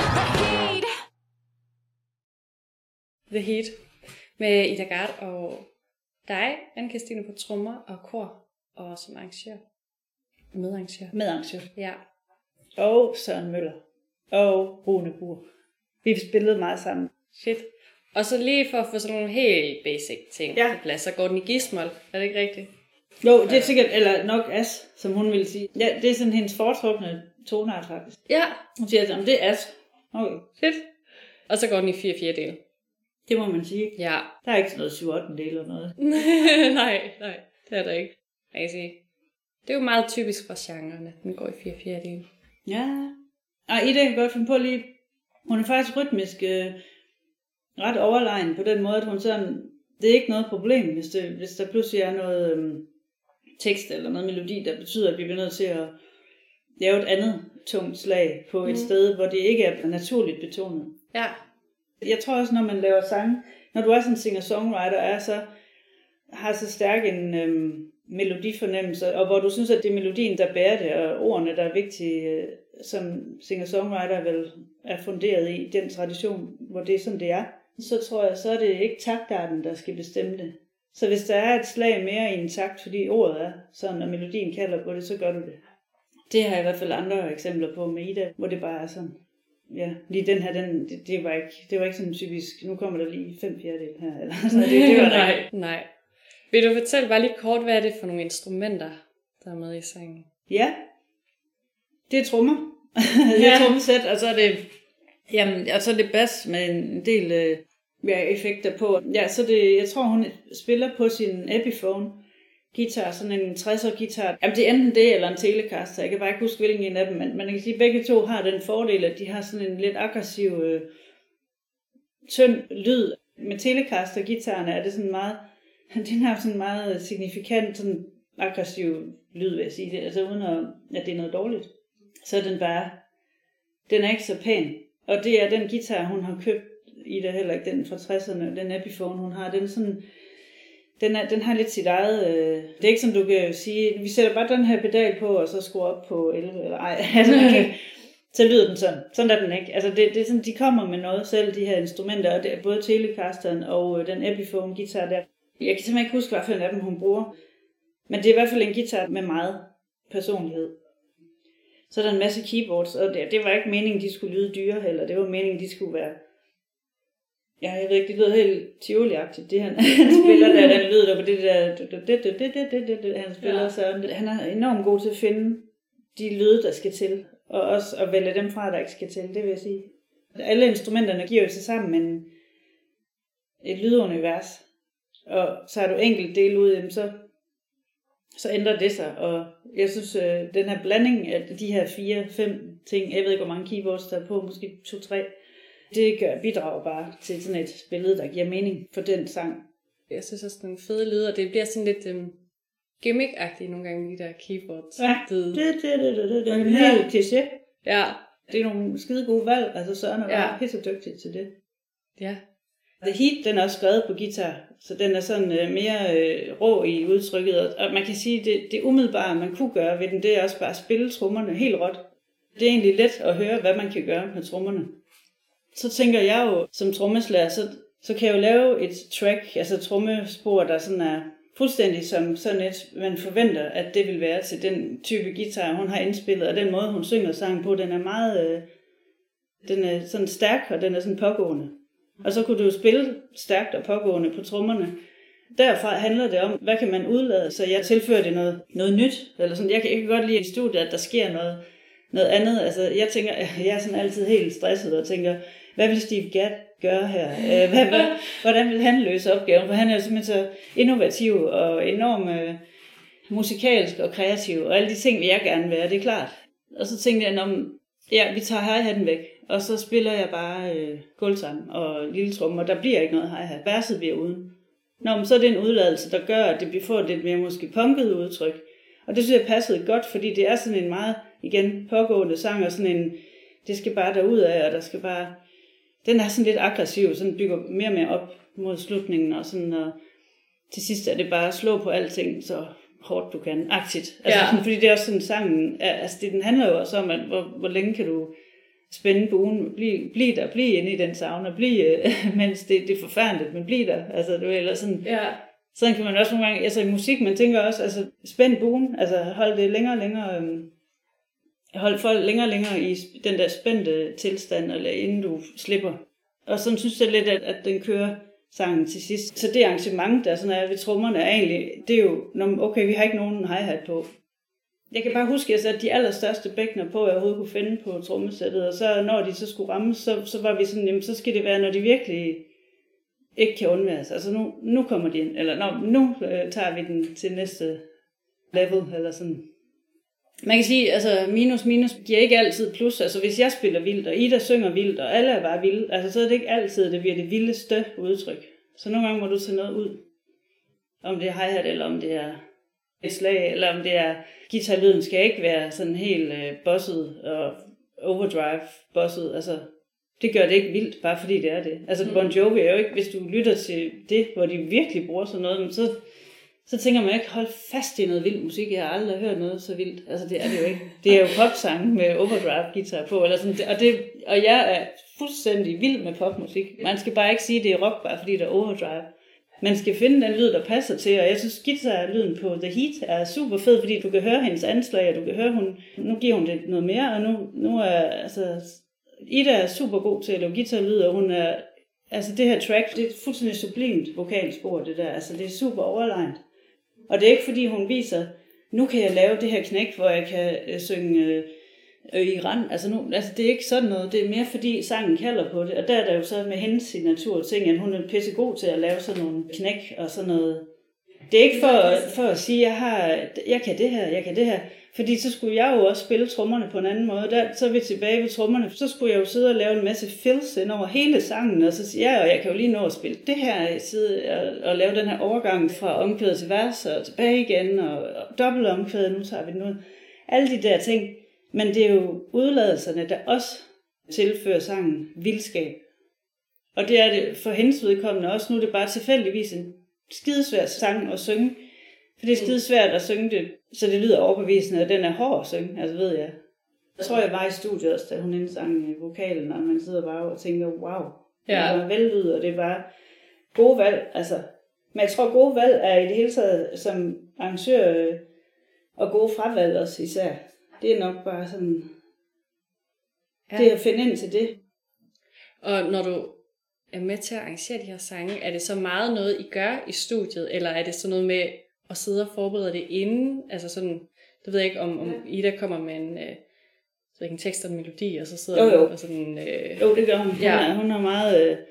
The Heat med Ida Gard og dig, Anne-Kristine, på trommer og kor, og som arrangør. Medarrangør. Medarrangør. Ja. Og Søren Møller. Og Rune Bur. Vi spillede meget sammen. Fedt. Og så lige for at få sådan nogle helt basic ting ja. på plads, så går den i gismol. Er det ikke rigtigt? Jo, det er sikkert, eller nok as, som hun ville sige. Ja, det er sådan hendes foretrukne tonart faktisk. Ja. Hun siger, at det er as. Okay. Fedt. Og så går den i fire fjerdedele. Det må man sige. Ja. Der er ikke sådan noget syv otte del eller noget. nej, nej, det er der ikke. Jeg kan sige. Det er jo meget typisk for genren, at den går i fire fjerdedele. Ja. Og Ida kan godt finde på lige, hun er faktisk rytmisk øh, ret overlegen på den måde, at hun sådan, det er ikke noget problem, hvis, det, hvis der pludselig er noget øh, tekst eller noget melodi, der betyder, at vi bliver nødt til at lave et andet tungt slag på et mm. sted, hvor det ikke er naturligt betonet. Ja. Jeg tror også, når man laver sange, når du er sådan en singer-songwriter, er så, har så stærk en øhm, melodifornemmelse, og hvor du synes, at det er melodien, der bærer det, og ordene, der er vigtige, øh, som singer-songwriter vel er funderet i den tradition, hvor det er sådan, det er, så tror jeg, så er det ikke taktarten, der skal bestemme det. Så hvis der er et slag mere i en takt, fordi ordet er sådan, og melodien kalder på det, så gør du det. Det har jeg i hvert fald andre eksempler på med Ida, hvor det bare er sådan. Ja, lige den her, den, det, det, var ikke, det var ikke sådan typisk, nu kommer der lige fem fjerdedel her, eller så det, det var nej, ikke. Nej. Vil du fortælle bare lige kort, hvad er det for nogle instrumenter, der er med i sangen? Ja, det er trommer. det er trommesæt, og så er det, jamen, og så er det bas med en del øh, ja, effekter på. Ja, så det, jeg tror, hun spiller på sin Epiphone guitar, sådan en tresser guitar. Jamen, det er enten det eller en Telecaster. Jeg kan bare ikke huske, hvilken en af dem, men man kan sige, at begge to har den fordel, at de har sådan en lidt aggressiv, øh, tynd lyd. Med Telecaster-guitaren er det sådan meget, den har sådan meget signifikant, sådan aggressiv lyd, vil jeg sige det, altså uden at, at det er noget dårligt. Så er den bare, den er ikke så pæn. Og det er den guitar, hun har købt, i det heller ikke den fra tresserne, den Epiphone, hun har, den sådan, Den, er, den har lidt sit eget... Øh, det er ikke som du kan sige, vi sætter bare den her pedal på, og så skruer op på elleve, eller ej. Altså, okay, så lyder den sådan. Sådan er den ikke. Altså, det, det er sådan, de kommer med noget selv, de her instrumenter, og det er både Telecasteren og øh, den Epiphone guitar der. Jeg kan simpelthen ikke huske, hvad for en af dem hun bruger. Men det er i hvert fald en guitar med meget personlighed. Så er der en masse keyboards, og det, det var ikke meningen, de skulle lyde dyre heller. Det var meningen, de skulle være... Ja, jeg ved ikke, det lyder helt Tivoli-agtigt, det han, han spiller der, den lyder der på det der, han spiller, så han er enormt god til at finde de lyde, der skal til, og også at vælge dem fra, der ikke skal til, det vil jeg sige. Alle instrumenterne giver jo sig sammen en, et lydunivers, og så har du enkelt del ud, så, så ændrer det sig, og jeg synes, den her blanding af de her fire, fem ting, jeg ved ikke, hvor mange keyboards der er på, måske to-tre, det gør, bidrager bare til sådan et billede, der giver mening for den sang. Jeg synes også, den fede lyd, og det bliver sådan lidt um, gimmick-agtigt nogle gange, de der keyboards. Ja, det, det, det, det, det, det er en helt kliché. Ja. Det er nogle skide gode valg, altså Søren er bare ja. pisse dygtig til det. Ja. The Heat, den er også skrevet på guitar, så den er sådan uh, mere uh, rå i udtrykket, og man kan sige, det, det umiddelbare, man kunne gøre ved den, det er også bare at spille trommerne helt råt. Det er egentlig let at høre, hvad man kan gøre med trommerne. Så tænker jeg jo, som trommeslager, så, så kan jeg jo lave et track, altså trommespor, der sådan er fuldstændig som sådan et, man forventer, at det vil være til den type guitar, hun har indspillet, og den måde, hun synger sangen på, den er meget, øh, den er sådan stærk, og den er sådan pågående. Og så kunne du jo spille stærkt og pågående på trommerne. Derfra handler det om, hvad kan man udlade, så jeg tilfører det noget, noget nyt, eller sådan. Jeg kan, jeg kan godt lide i studiet, at der sker noget, noget andet. Altså, jeg tænker, jeg er sådan altid helt stresset og tænker, hvad vil Steve Gadd gøre her? Hvad, hvad, hvordan vil han løse opgaven? For han er jo simpelthen så innovativ og enormt øh, musikalsk og kreativ, og alle de ting vil jeg gerne være, det er klart. Og så tænkte jeg, om ja, vi tager hi-hatten væk, og så spiller jeg bare øh, gulvtang og lille tromme, og der bliver ikke noget hi-hat. Verset bliver uden. Nå, men så er det en udladelse, der gør, at det får et lidt mere måske punket udtryk. Og det synes jeg passede godt, fordi det er sådan en meget, igen, pågående sang, og sådan en, det skal bare derud af, og der skal bare... Den er sådan lidt aggressiv, sådan bygger mere og mere op mod slutningen, og sådan, og til sidst er det bare at slå på alting så hårdt du kan, agtigt. Altså, ja. Sådan, fordi det er også sådan sangen, altså det, den handler jo også om, at hvor, hvor længe kan du spænde buen, blive, blive der, blive inde i den sauna, blive, mens det, det er forfærdeligt, men blive der, altså det er eller sådan, ja. Sådan kan man også nogle gange, altså i musik, man tænker også, altså spænd buen, altså hold det længere og længere, øhm, hold folk længere og længere i den der spændte tilstand, eller inden du slipper. Og sådan synes jeg lidt, at, at den kører sangen til sidst. Så det arrangement, der sådan er ved trommerne, er egentlig, det er jo, okay, vi har ikke nogen hi-hat på. Jeg kan bare huske, at jeg satte de allerstørste bækkener på, jeg overhovedet kunne finde på trommesættet, og så når de så skulle ramme, så, så var vi sådan, jamen så skal det være, når de virkelig ikke kan undværes. Altså nu, nu kommer de ind, eller nå, nu øh, tager vi den til næste level, eller sådan. Man kan sige, altså minus minus giver ikke altid plus. Altså hvis jeg spiller vildt, og Ida synger vildt, og alle er bare vilde, altså så er det ikke altid, det bliver det vildeste udtryk. Så nogle gange må du tage noget ud. Om det er hi-hat, eller om det er et slag, eller om det er guitarlyden skal ikke være sådan helt øh, bosset og overdrive bosset. Altså det gør det ikke vildt, bare fordi det er det. Altså Bon Jovi er jo ikke, hvis du lytter til det, hvor de virkelig bruger sådan noget, så så tænker man ikke, hold fast i noget vild musik. Jeg har aldrig hørt noget så vildt. Altså det er det jo ikke. Det er jo popsange med overdrive guitar på. Eller sådan. Og, det, og jeg er fuldstændig vild med popmusik. Man skal bare ikke sige, at det er rock, bare fordi der er overdrive. Man skal finde den lyd, der passer til. Og jeg synes, guitarlyden på The Heat er super fed, fordi du kan høre hendes anslag, og du kan høre, hun, nu giver hun det noget mere. Og nu, nu er, altså, Ida er super god til at lave guitarlyd, og hun er, altså det her track, det er fuldstændig sublimt vokalspor, det der. Altså det er super overlegnet. Og det er ikke fordi hun viser, nu kan jeg lave det her knæk, hvor jeg kan øh, synge øh, i rand. Altså, nu, altså det er ikke sådan noget, det er mere fordi sangen kalder på det. Og der er der jo så med hendes signatur ting, at hun er pissegod til at lave sådan nogle knæk og sådan noget. Det er ikke for, for at sige, at jeg, har, jeg kan det her, jeg kan det her. Fordi så skulle jeg jo også spille trommerne på en anden måde. Der, så er vi tilbage ved trommerne. Så skulle jeg jo sidde og lave en masse fills ind over hele sangen. Og så sige, ja, og jeg kan jo lige nå at spille det her. Sidde og, og lave den her overgang fra omkvædet til vers og tilbage igen. Og, og dobbelt omkvædet, nu tager vi den ud. Alle de der ting. Men det er jo udladelserne, der også tilfører sangen vildskab. Og det er det for hendes vedkommende også. Nu er det bare tilfældigvis en skidesvær sang at synge. For det er skidesvært at synge det, så det lyder overbevisende, og den er hård at synge, altså ved jeg. Jeg tror, jeg var i studiet også, da hun indsang vokalen, og man sidder bare og tænker, wow, det ja. var vellyd, og det var gode valg. Altså. Men jeg tror, gode valg er i det hele taget som arrangør, og gode fravalg også især. Det er nok bare sådan, ja. Det at finde ind til det. Og når du er med til at arrangere de her sange, er det så meget noget, I gør i studiet, eller er det sådan noget med at sidde og forberede det inden? Altså sådan, det ved jeg ikke, om, om Ida kommer med en, øh, så en tekst og en melodi, og så sidder jo, jo. hun og sådan... Øh, jo, det gør hun. Hun, ja. er, hun er meget... Øh,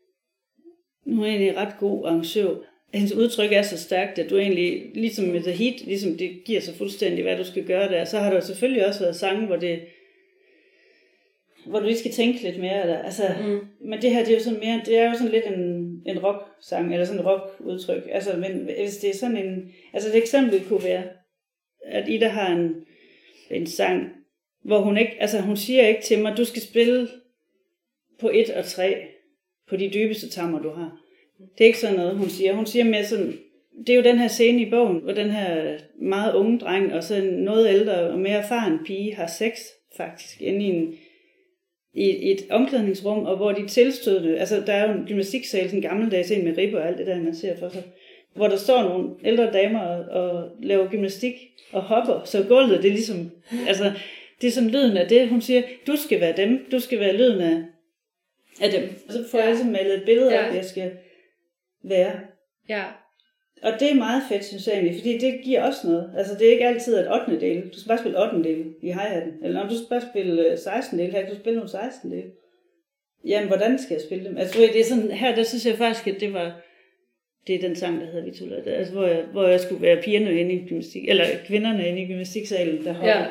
hun er egentlig ret god arrangør. Hendes udtryk er så stærkt, at du egentlig, ligesom med The Heat, ligesom det giver sig fuldstændig, hvad du skal gøre der. Så har der selvfølgelig også været sange, hvor det... hvor du lige skal tænke lidt mere. Eller, altså, mm. Men det her, det er jo sådan mere, det er jo sådan lidt en, en rock-sang, eller sådan en rock-udtryk. Altså, men hvis det er sådan en, altså et eksempel kunne være, at Ida har en, en sang, hvor hun ikke, altså hun siger ikke til mig, du skal spille på et og tre, på de dybeste tammer, du har. Det er ikke sådan noget, hun siger. Hun siger mere sådan, det er jo den her scene i bogen, hvor den her meget unge dreng, og så en noget ældre og mere erfaren pige, har sex faktisk, inde i en, i et omklædningsrum, og hvor de tilstødte, altså der er jo en gymnastiksal, sådan en gammeldags en med ribber og alt det der, man ser for sig, hvor der står nogle ældre damer og, og laver gymnastik og hopper, så gulvet, det er ligesom, altså, det er sådan lyden af det, hun siger, du skal være dem, du skal være lyden af, af dem. Og så får ja. jeg ligesom malet et billede af, ja. jeg skal være. Ja. Og det er meget fedt, synes jeg egentlig, fordi det giver også noget. Altså, det er ikke altid et ottende del. Du skal bare spille ottende del i hi-hatten. Eller om du skal bare spille seksten del, her kan du spille nogle seksten del. Jamen, hvordan skal jeg spille dem? Altså, det er sådan, her, der synes jeg faktisk, at det var, det er den sang, der hedder Vitula, altså, hvor jeg, hvor jeg skulle være pigerne inde i gymnastik, eller kvinderne inde i gymnastiksalen, der holder. Ja.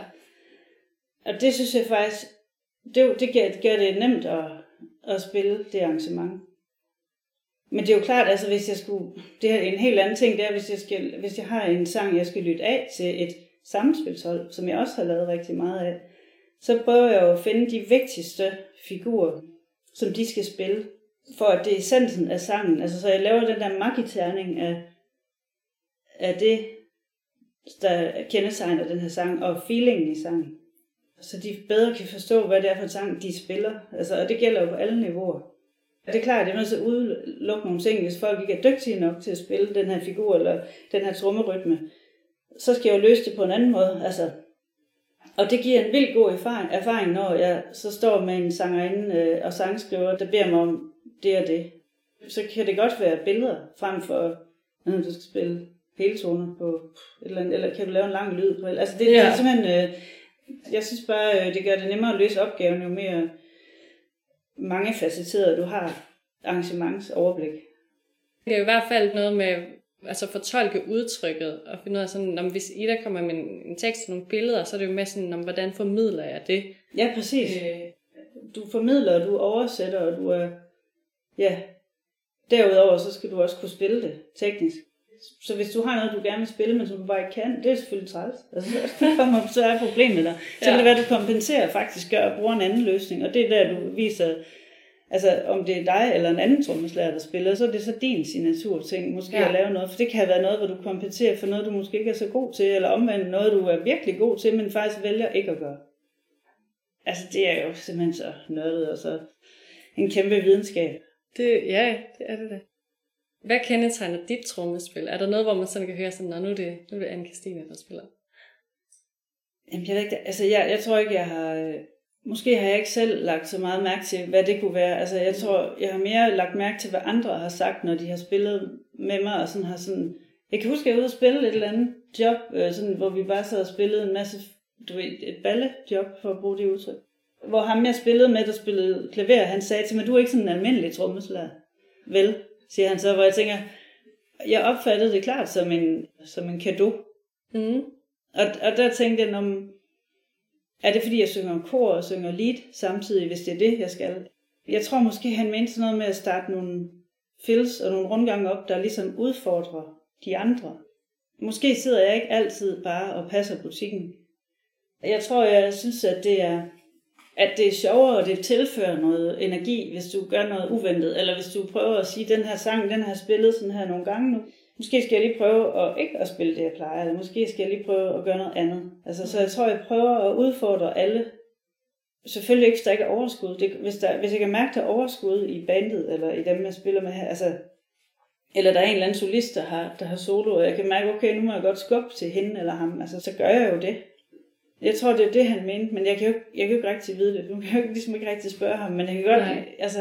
Og det synes jeg faktisk, det, det gør, gør det nemt at, at spille det arrangement. Men det er jo klart, altså hvis jeg skulle, det er en helt anden ting, det er, hvis jeg, skal, hvis jeg har en sang, jeg skal lytte af til et samspilshold, som jeg også har lavet rigtig meget af, så prøver jeg jo at finde de vigtigste figurer, som de skal spille, for at det er essensen af sangen. Altså så jeg laver den der magiterning af, af det, der kendetegner den her sang, og feelingen i sangen. Så de bedre kan forstå, hvad det er for en sang, de spiller. Altså, og det gælder jo på alle niveauer. Det er klart, at det er nødt til at udelukke nogle ting, hvis folk ikke er dygtige nok til at spille den her figur, eller den her trommerytme. Så skal jeg jo løse det på en anden måde. Altså, og det giver en vildt god erfaring, erfaring når jeg så står med en sangerinde øh, og sangskriver, der beder mig om det og det. Så kan det godt være billeder, frem for, når du skal spille hele toner på et eller andet, eller kan du lave en lang lyd på. Altså det, ja. det er simpelthen, øh, jeg synes bare, øh, det gør det nemmere at løse opgaven, jo mere mangefacetteret du har arrangementsoverblik. Det er jo i hvert fald noget med altså fortolke udtrykket og finde ud af sådan, om hvis Ida kommer med en, en tekst og nogle billeder, så er det jo med sådan, om hvordan formidler jeg det? Ja, præcis. Øh, du formidler, og du oversætter, og du er, ja, derudover så skal du også kunne spille det teknisk. Så hvis du har noget, du gerne vil spille, men som du bare ikke kan, det er selvfølgelig træls. Altså, så er problemet der. Så kan det være, at du kompenserer faktisk gør og bruger en anden løsning, og det er der, du viser, altså om det er dig eller en anden trommeslager, der spiller, så er det så din signaturting, måske ja. At lave noget, for det kan have været noget, hvor du kompenserer for noget, du måske ikke er så god til, eller omvendt noget, du er virkelig god til, men faktisk vælger ikke at gøre. Altså det er jo simpelthen så nørdet, og så en kæmpe videnskab. Det, ja, det er det da. Hvad kendetegner dit trommespil? Er der noget, hvor man sådan kan høre sådan, nu er det, nu er det Anne-Kristine, der spiller? Jamen jeg ved ikke, altså jeg, jeg tror ikke, jeg har, måske har jeg ikke selv lagt så meget mærke til, hvad det kunne være. Altså jeg tror, jeg har mere lagt mærke til, hvad andre har sagt, når de har spillet med mig, og sådan har sådan, jeg kan huske, at jeg var ude og spille et eller andet job, sådan, hvor vi bare sad og spillede en masse, du ved, et ballejob, for at bruge det udtryk. Hvor ham jeg spillede med, der spillede klaver, han sagde til mig, du er ikke sådan en almindelig trommeslager, vel? Siger han så, hvor jeg tænker, jeg opfattede det klart som en, som en cadeau. Mm. Og, og der tænkte jeg, om, er det fordi jeg synger kor og synger lead samtidig, hvis det er det, jeg skal? Jeg tror måske, han mente sådan noget med at starte nogle fills og nogle rundgange op, der ligesom udfordrer de andre. Måske sidder jeg ikke altid bare og passer butikken. Jeg tror, jeg synes, at det er... at det er sjovere, og det tilfører noget energi, hvis du gør noget uventet, eller hvis du prøver at sige, den her sang, den har spillet sådan her nogle gange nu. Måske skal jeg lige prøve at ikke at spille det, jeg plejer, eller måske skal jeg lige prøve at gøre noget andet. Altså, så jeg tror, jeg prøver at udfordre alle. Selvfølgelig ikke, hvis der ikke er overskud. Det, hvis, der, hvis jeg kan mærke, der er overskud i bandet, eller i dem, jeg spiller med her, altså, eller der er en eller anden solist, der har, der har solo, og jeg kan mærke, okay, nu må jeg godt skubbe til hende eller ham, altså, så gør jeg jo det. Jeg tror, det er det, han mente, men jeg kan jo ikke, jeg kan jo ikke rigtig vide det. Nu kan jeg jo ligesom ikke rigtig spørge ham, men jeg kan godt, Nej. altså,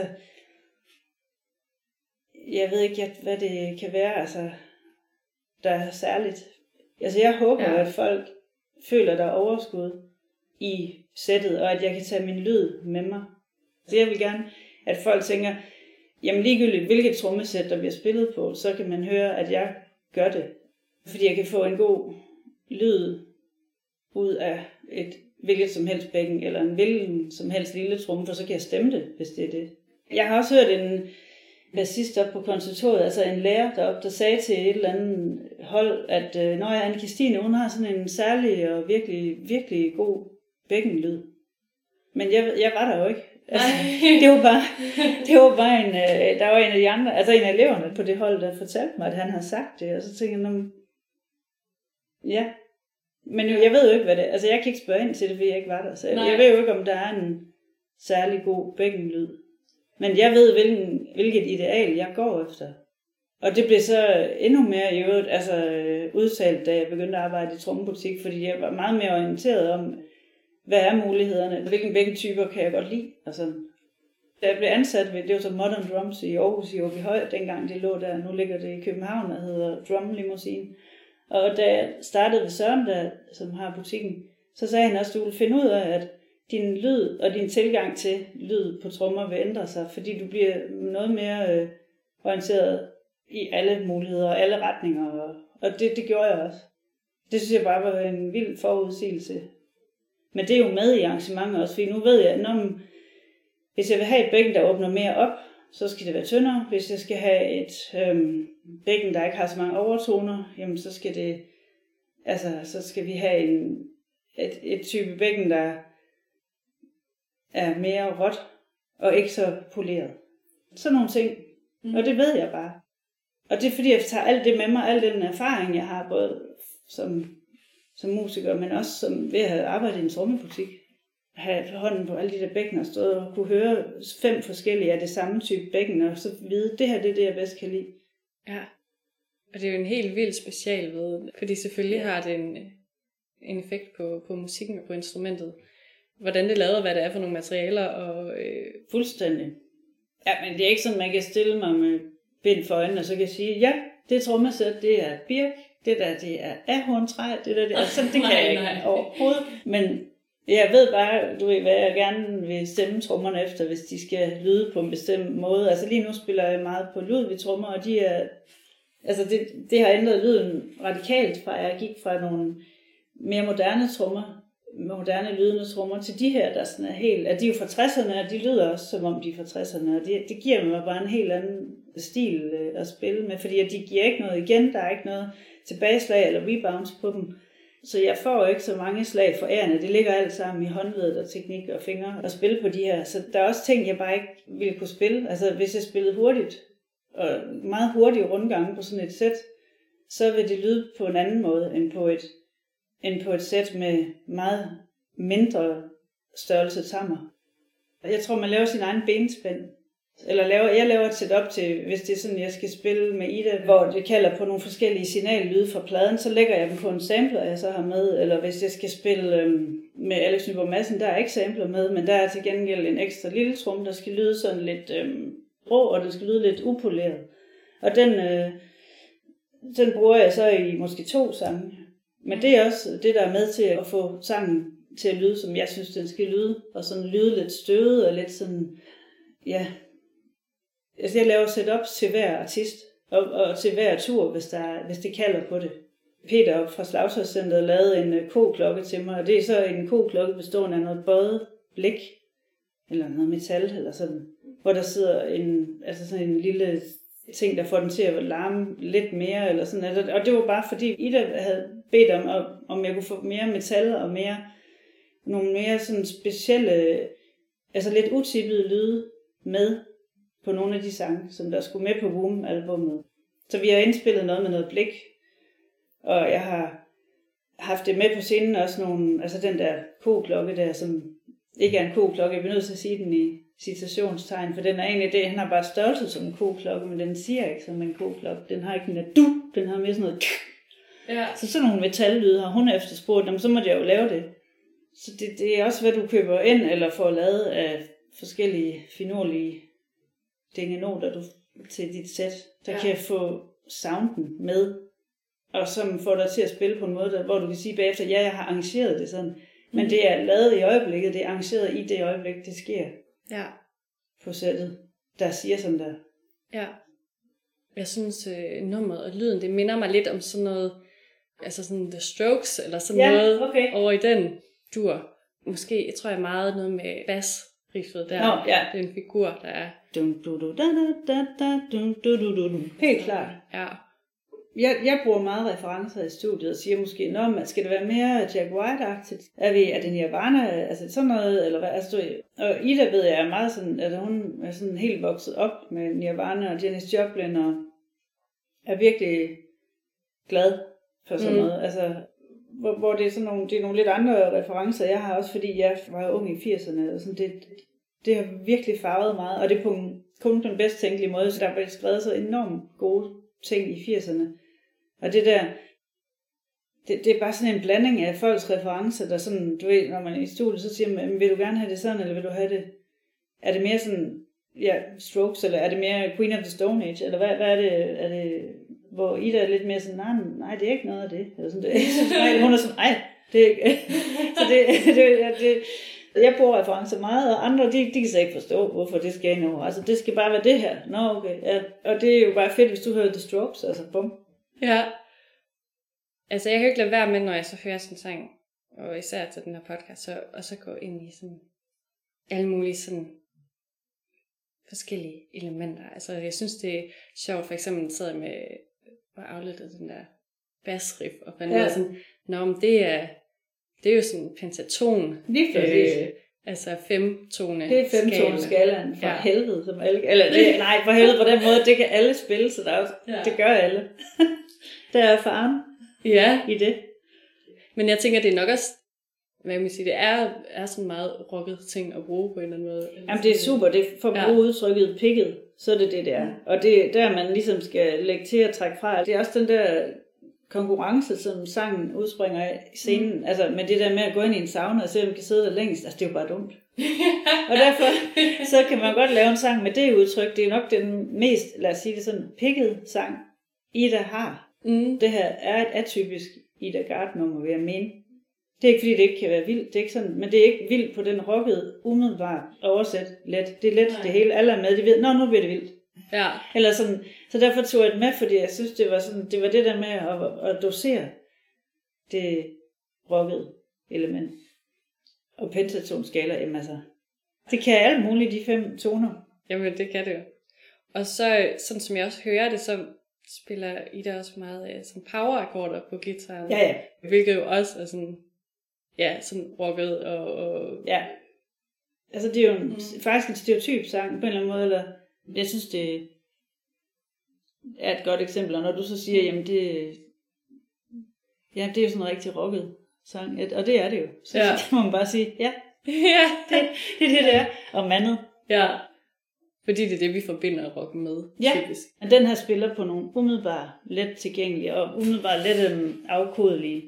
jeg ved ikke, hvad det kan være, altså, der er særligt. Altså, jeg håber, ja. At folk føler, der er overskud i sættet, og at jeg kan tage min lyd med mig. Så jeg vil gerne, at folk tænker, jamen ligegyldigt, hvilket trommesæt, der bliver spillet på, så kan man høre, at jeg gør det. Fordi jeg kan få en god lyd ud af et hvilket som helst bækken, eller en hvilken som helst lille tromme, for så kan jeg stemme det, hvis det er det. Jeg har også hørt en bassist op på konservatoriet, altså en lærer deroppe, der sagde til et eller andet hold, at øh, når jeg Anne-Kristine, hun har sådan en særlig og virkelig, virkelig god bækkenlyd. Men jeg, jeg var der jo ikke. Altså, det var bare, det var bare en, øh, der var en af de andre, altså en af eleverne på det hold, der fortalte mig, at han havde sagt det, og så tænkte jeg, ja. Men jo, jeg ved jo ikke, hvad det er. Altså, jeg kan ikke spørge ind til det, fordi jeg ikke var der. Så jeg, jeg ved jo ikke, om der er en særlig god bækkenlyd. Men jeg ved, hvilken, hvilket ideal jeg går efter. Og det blev så endnu mere i øvrigt, altså, udtalt, da jeg begyndte at arbejde i trommebutik, fordi jeg var meget mere orienteret om, hvad er mulighederne, hvilken bækkentyper kan jeg godt lide. Altså, da jeg blev ansat ved, det var så Modern Drums i Aarhus i Åbyhøj, dengang det lå der, nu ligger det i København, der hedder Drum Limousine. Og da jeg startede ved Søren, der, som har butikken, så sagde han også, at du vil finde ud af, at din lyd og din tilgang til lyd på trommer vil ændre sig, fordi du bliver noget mere øh, orienteret i alle muligheder og alle retninger. Og, og det, det gjorde jeg også. Det synes jeg bare var en vild forudsigelse. Men det er jo med i arrangementet også, fordi nu ved jeg, når, hvis jeg vil have et bækken, der åbner mere op, så skal det være tyndere. Hvis jeg skal have et øhm, bækken, der ikke har så mange overtoner, jamen så skal det, altså så skal vi have en, et, et type bækken, der er mere råt og ikke så poleret. Sådan nogle ting. Mm. Og det ved jeg bare. Og det er fordi, jeg tager alt det med mig, al den erfaring, jeg har, både som, som musiker, men også som ved at have arbejdet i en trommebutik. have hånden på alle de der bækkener og stå og kunne høre fem forskellige af det samme type bækken, og så vide, det her det er det, jeg bedst kan lide. Ja, og det er jo en helt vild specialviden, fordi selvfølgelig ja. har det en, en effekt på, på musikken og på instrumentet. Hvordan det er lavet, hvad det er for nogle materialer. Og, øh... Fuldstændig. Ja, men det er ikke sådan, man kan stille mig med bind for øjnene, og så kan jeg sige, ja, det trommesæt, det er birk, det der, det er ahorntræ, det der, det er sådan, det kan nej, jeg ikke nej. overhovedet. Men jeg ved bare, du ved, hvad jeg gerne vil stemme trommerne efter, hvis de skal lyde på en bestemt måde. Altså lige nu spiller jeg meget på Ludwig-trommer, og de er, altså det, det har ændret lyden radikalt fra, jeg gik fra nogle mere moderne trommer, moderne lydende trommer, til de her, der sådan er helt, at de er jo fra tresserne, og de lyder også, som om de er fra tresserne, og det, det giver mig bare en helt anden stil øh, at spille med, fordi at de giver ikke noget igen, der er ikke noget tilbageslag eller rebounds på dem. Så jeg får ikke så mange slag for ærende. Det ligger alt sammen i håndledet og teknik og fingre at spille på de her. Så der er også ting, jeg bare ikke ville kunne spille. Altså hvis jeg spillede hurtigt, og meget hurtige rundgange på sådan et sæt, så vil det lyde på en anden måde end på et, end på et sæt med meget mindre størrelse tammer. Jeg tror, man laver sin egen benspænd. Eller laver, jeg laver et setup til, hvis det er sådan, jeg skal spille med Ida, hvor det kalder på nogle forskellige signallyde fra pladen, så lægger jeg dem på en sampler, jeg så har med. Eller hvis jeg skal spille øhm, med Alex Nyborg Madsen, der er ikke sampler med, men der er til gengæld en ekstra lille trum, der skal lyde sådan lidt øhm, rå, og den skal lyde lidt upoleret. Og den, øh, den bruger jeg så i måske to sange. Men det er også det, der er med til at få sangen til at lyde, som jeg synes, den skal lyde. Og sådan lyde lidt støvet og lidt sådan, ja... Altså jeg laver setups til hver artist, og, og til hver tur, hvis, der, hvis det kalder på det. Peter op fra Slagtøjscenteret lavede en ko-klokke til mig, og det er så en ko-klokke bestående af noget bøjet blik, eller noget metal, eller sådan, hvor der sidder en, altså sådan en lille ting, der får den til at larme lidt mere, eller sådan. Og det var bare fordi Ida havde bedt om, om jeg kunne få mere metal, og mere, nogle mere sådan specielle, altså lidt utippede lyde med, på nogle af de sange, som der skulle med på Boom-albummet. Så vi har indspillet noget med noget blik, og jeg har haft det med på scenen også nogle, altså den der ko-klokke der, som ikke er en ko-klokke, jeg bliver nødt til at sige den i citationstegn, for den er egentlig det, han har bare størrelse som en ko-klokke, men den siger ikke som en ko-klokke, den har ikke den der du, den har mere sådan noget ja. Så sådan nogle metallyde har hun efterspurgt, jamen så må jeg jo lave det. Så det, det er også, hvad du køber ind, eller får lavet af forskellige finurlige dingenoter du til dit sæt, der ja. Kan få sounden med, og som får dig til at spille på en måde, der, hvor du kan sige bagefter, ja, jeg har arrangeret det sådan, men mm. det er lavet i øjeblikket, det er arrangeret i det øjeblik, det sker ja. På sættet, der siger som der. Ja, jeg synes øh, nummeret og lyden, det minder mig lidt om sådan noget, altså sådan The Strokes, eller sådan ja, noget okay. over i den dur. Måske, jeg tror jeg meget noget med bass, riffet der. Nå, ja. Det er en figur, der er... Dun, du, du, da, da, da, dun, du, du, du, du. Helt klart. Ja. Jeg, jeg bruger meget referencer i studiet og siger måske, nå, men skal det være mere Jack White-agtigt? Er, vi, er det Nirvana? Altså sådan noget? Eller hvad? Altså, og Ida ved jeg er meget sådan, at hun er sådan helt vokset op med Nirvana og Janis Joplin og er virkelig glad for sådan mm. noget. Altså, hvor, hvor det er sådan nogle, det er nogle lidt andre referencer, jeg har også, fordi jeg var ung i firserne. Og sådan, det, det har virkelig farvet meget, og det er på en, kun den bedst tænkelige måde, så der var skrevet så enormt gode ting i firserne. Og det der, det, det er bare sådan en blanding af folks referencer, der sådan, du ved, når man er i studiet, så siger man, vil du gerne have det sådan, eller vil du have det, er det mere sådan, ja, Strokes, eller er det mere Queen of the Stone Age, eller hvad, hvad er det, er det, hvor Ida er lidt mere sådan, nej, nej, det er ikke noget af det, eller sådan, det, nej, hun er sådan, nej, det er ikke, så det, det, det, jeg bruger referencer meget, og andre, de, de kan så ikke forstå, hvorfor det skal ind over. Altså, det skal bare være det her. Nå, okay. Ja. Og det er jo bare fedt, hvis du hører The Strokes, altså bum. Ja. Altså, jeg kan ikke lade være med, når jeg så hører sådan en sang, og især til den her podcast, så, og så gå ind i sådan alle mulige sådan forskellige elementer. Altså, jeg synes, det er sjovt, for eksempel sad jeg med og aflettede den der bassriff, og fandt ja. Sådan, nå, men det er Det er jo sådan en pentaton. Lige præcis. Øh, altså femtone. Det er femtone skalaen fra ja. Helvede. Som alle, eller det, nej, for helvede på den måde, det kan alle spille, så der er, ja. Det gør alle. Der er faren ja. I det. Men jeg tænker, det er nok også hvad kan man sige, det er, er sådan meget rocket ting at bruge på en eller anden måde. Jamen det er super, det for at bruge ja. udtrykket pikket, så er det det der. Og det er der, man ligesom skal lægge til at trække fra. Det er også den der konkurrence, som sangen udspringer af i scenen. Mm. Altså med det der med at gå ind i en sauna og se, om man kan sidde der længst. Altså det er jo bare dumt. Og derfor så kan man godt lave en sang med det udtryk. Det er nok den mest, lad os sige det sådan, pikket sang, Ida har. Mm. Det her er et atypisk Ida Gard-nummer, vil jeg mene. Det er ikke fordi, det ikke kan være vildt, det er ikke sådan, men det er ikke vildt på den rockede, umiddelbart oversæt let. Det er let, Nej. Det hele, alle er med, de ved, nå, nu bliver det vildt. Ja. Eller sådan, så derfor tog jeg det med, fordi jeg synes, det var sådan, det var det der med at, at dosere det rockede element. Og pentatonskala, jamen altså, det kan alt muligt, de fem toner. Jamen, det kan det jo. Og så, sådan som jeg også hører det, så spiller Ida også meget sådan power-akkorder på guitaren. Ja, ja. Hvilket jo også er sådan, ja, sådan rocket og... og... Ja. Altså, det er jo en, mm. faktisk en stereotyp sang på en eller anden måde, eller jeg synes, det er et godt eksempel, og når du så siger, jamen det, ja, det er jo sådan en rigtig rocket sang, og det er det jo. Så, ja. Så kan man bare sige, ja, ja. det, det er det, det er, og mandet. Ja. Fordi det er det, vi forbinder rock med. Ja, typisk. Og den her spiller på nogle umiddelbart let tilgængelige og umiddelbart let um, afkodelige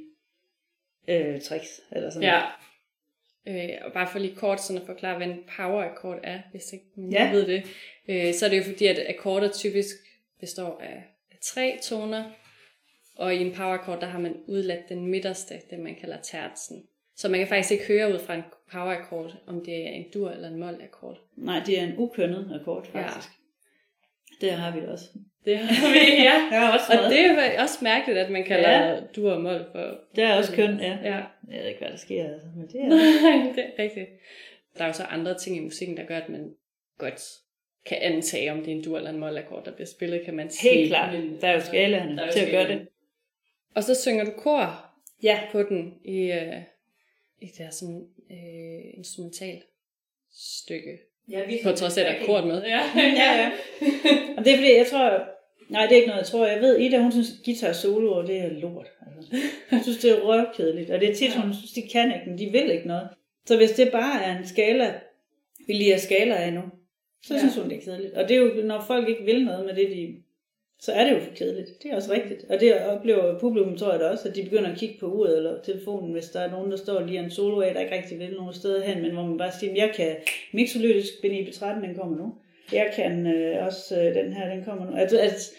øh, tricks. Eller sådan ja. Øh, og bare for lige kort sådan at forklare, hvad en power-akkord er, hvis ikke man ja. ved det. Øh, så er det jo fordi, at akkorder typisk består af, af tre toner. Og i en power-akkord, der har man udladt den midterste, det man kalder tertsen. Så man kan faktisk ikke høre ud fra en power-akkord, om det er en dur eller en mol-akkord. Nej, det er en ukønnet akkord, faktisk. Ja. Det har vi også. Det har vi, ja. Det er også og det er også mærkeligt, at man kalder ja. dur og mol for... Det er også køn, ja. ja. Jeg ved ikke, hvad der sker, altså, men det er... Nej, det er rigtigt. Der er jo så andre ting i musikken, der gør, at man godt kan antage, om det er en dur eller en mol-akkord, der bliver spillet, kan man sige. Helt klart. Der er jo skalaen til at gøre det. Og så synger du kor ja. på den i... Uh, i det her sådan øh, instrumentalt stykke. Ja, på trods af, at der er kort med. Ja, ja, ja. Og det er fordi, jeg tror... Nej, det er ikke noget, jeg tror. Jeg ved, Ida, hun synes, guitar solo, og det er lort. Altså. Hun synes, det er røvkedeligt. Og det er tit, hun synes, de kan ikke, men de vil ikke noget. Så hvis det bare er en skala, vi lige har skala af nu, så ja. synes hun, det er kedeligt. Og det er jo, når folk ikke vil noget med det, de... så er det jo for kedeligt. Det er også rigtigt. Og det oplever publikum, tror jeg da også, at de begynder at kigge på uret eller telefonen, hvis der er nogen, der står lige en solo af, der ikke rigtig vil nogen steder hen, men hvor man bare siger, jeg kan mixolytisk binde i tretten, den kommer nu. Jeg kan øh, også øh, den her, den kommer nu. Altså, altså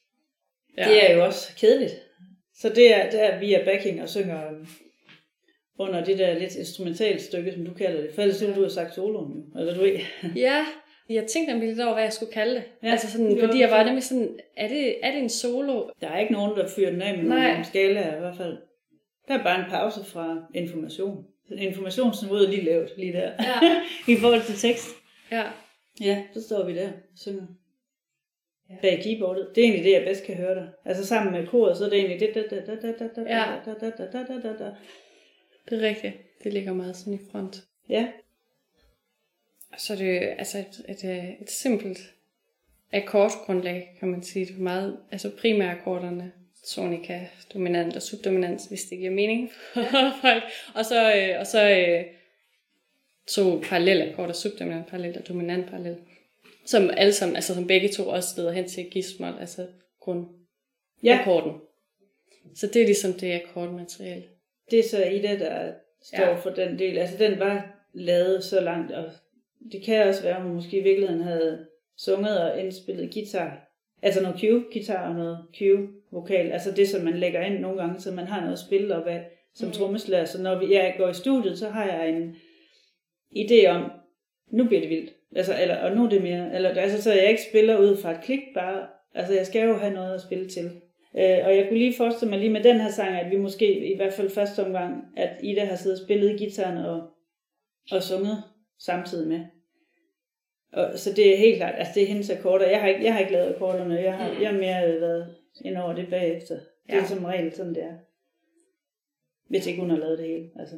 ja. Det er jo også kedeligt. Så det er der, vi er backing og synger øh, under det der lidt instrumentalt stykke, som du kalder det. For ellers du har sagt soloen, eller du ikke? Ja. Jeg tænkte nemlig lidt over, hvad jeg skulle kalde det. Ja, altså sådan, fordi jeg var nemlig sådan, er det, er det en solo? Der er ikke nogen, der fyrer den af med nogen skala i hvert fald. Der er bare en pause fra information. Informationsniveauet er lige lavt, lige der. Ja. I forhold til tekst. Ja. Ja, så står vi der og synger. Ja. Bag keyboardet. Det er egentlig det, jeg bedst kan høre dig. Altså sammen med koret, så er det egentlig det. Det er rigtigt. Det ligger meget sådan i front. Ja. Så det er altså et, et, et simpelt akkordgrundlag, kan man sige. Det er meget, altså primærakkorderne, tonika, dominant og subdominant, hvis det giver mening for folk. Og så, og så to parallelle akkorder, subdominant parallel og dominant parallel, som alle sammen, altså som begge to også leder hen til gismol, altså grundakkorden. Ja. Så det er ligesom det akkordmateriale. Det er så Ida, der står ja. for den del. Altså den var lavet så langt, og det kan også være, at hun måske i virkeligheden havde sunget og indspillet guitar. Altså noget cue-guitar og noget cue-vokal. Altså det, som man lægger ind nogle gange, så man har noget at spille op af som mm. trommeslager. Så når jeg går i studiet, så har jeg en idé om, nu bliver det vildt. Altså, eller, og nu er det mere. Eller, altså, så jeg ikke spiller ud fra et klik, bare. Altså jeg skal jo have noget at spille til. Øh, og jeg kunne lige forestille mig lige med den her sang, at vi måske i hvert fald første omgang, at Ida har siddet og spillet guitaren og, og sunget samtidig med. Og, så det er helt klart, altså det er hendes akkorder. Jeg har ikke, jeg har ikke lavet akkorderne, jeg har, jeg har mere været ind over det bagefter. Det er ja. som regel sådan, det er. Hvis ikke hun har lavet det hele, altså.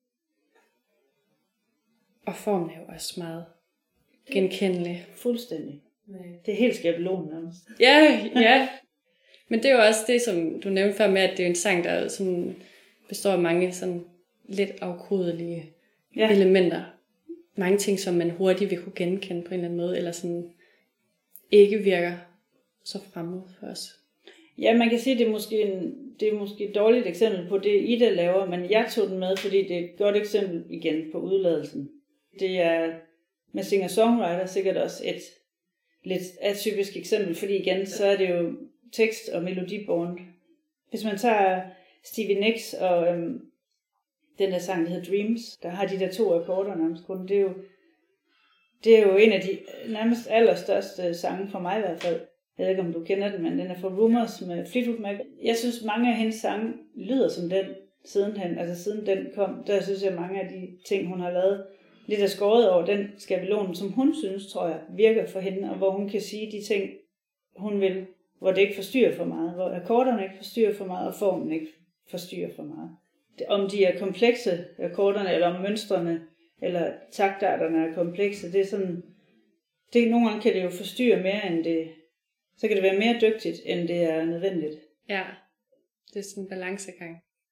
Og formen er jo også meget genkendelig. Fuldstændig. Det er helt skabelon nærmest. Ja, ja. Men det er jo også det, som du nævnte før med, at det er en sang, der sådan består af mange sådan lidt afkodelige ja. elementer. Mange ting, som man hurtigt vil kunne genkende på en eller anden måde, eller sådan ikke virker så fremmed for os. Ja, man kan sige, at det er måske, en, det er måske et dårligt eksempel på det, Ida laver, men jeg tog den med, fordi det er et godt eksempel igen på udladelsen. Det er med singer-songwriter sikkert også et lidt atypisk eksempel, fordi igen, så er det jo tekst- og melodibåret. Hvis man tager Stevie Nicks og øhm, den der sang, der hedder Dreams, der har de der to akkorder nærmest kun, det er jo, det er jo en af de nærmest allerstørste sange for mig i hvert fald. Jeg ved ikke, om du kender den, men den er fra Rumours med Fleetwood Mac. Jeg synes, mange af hendes sange lyder som den, sidenhen, altså siden den kom. Der synes jeg, mange af de ting, hun har lavet, lidt er skåret over den skabelon, som hun synes, tror jeg, virker for hende, og hvor hun kan sige de ting, hun vil, hvor det ikke forstyrrer for meget, hvor akkorderne ikke forstyrrer for meget, og formen ikke forstyrrer for meget. Om de er komplekse, akkorderne, eller om mønstrene, eller taktarterne er komplekse, det er sådan, det, nogle gange kan det jo forstyrre mere, end det, så kan det være mere dygtigt, end det er nødvendigt. Ja, det er sådan en balancegang.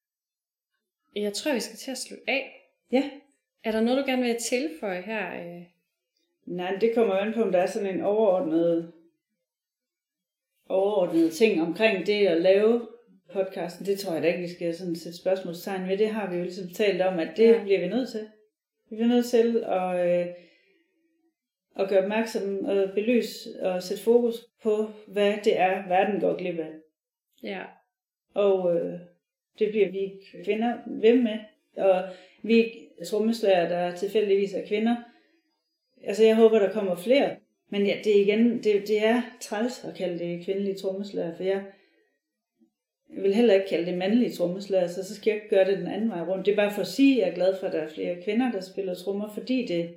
Jeg tror, vi skal til at slutte af. Ja. Er der noget, du gerne vil tilføje her? Nej, det kommer jo an på, om der er sådan en overordnet, overordnet ting omkring det at lave podcasten. Det tror jeg da ikke, vi skal sådan sætte spørgsmålstegn ved. Det har vi jo ligesom talt om, at det ja. bliver vi nødt til. Vi bliver nødt til at, øh, at gøre opmærksom og belyse og sætte fokus på, hvad det er, verden går glip af. Ja. Og øh, det bliver vi kvinder ved med. Og vi trommeslagere, der tilfældigvis er kvinder. Altså jeg håber, der kommer flere. Men ja, det er igen, det, det er træls at kalde det kvindelige trommeslager, for jeg Jeg vil heller ikke kalde det mandlige trommeslager, så, så skal jeg ikke gøre det den anden vej rundt. Det er bare for at sige, at jeg er glad for, at der er flere kvinder, der spiller trommer, fordi det,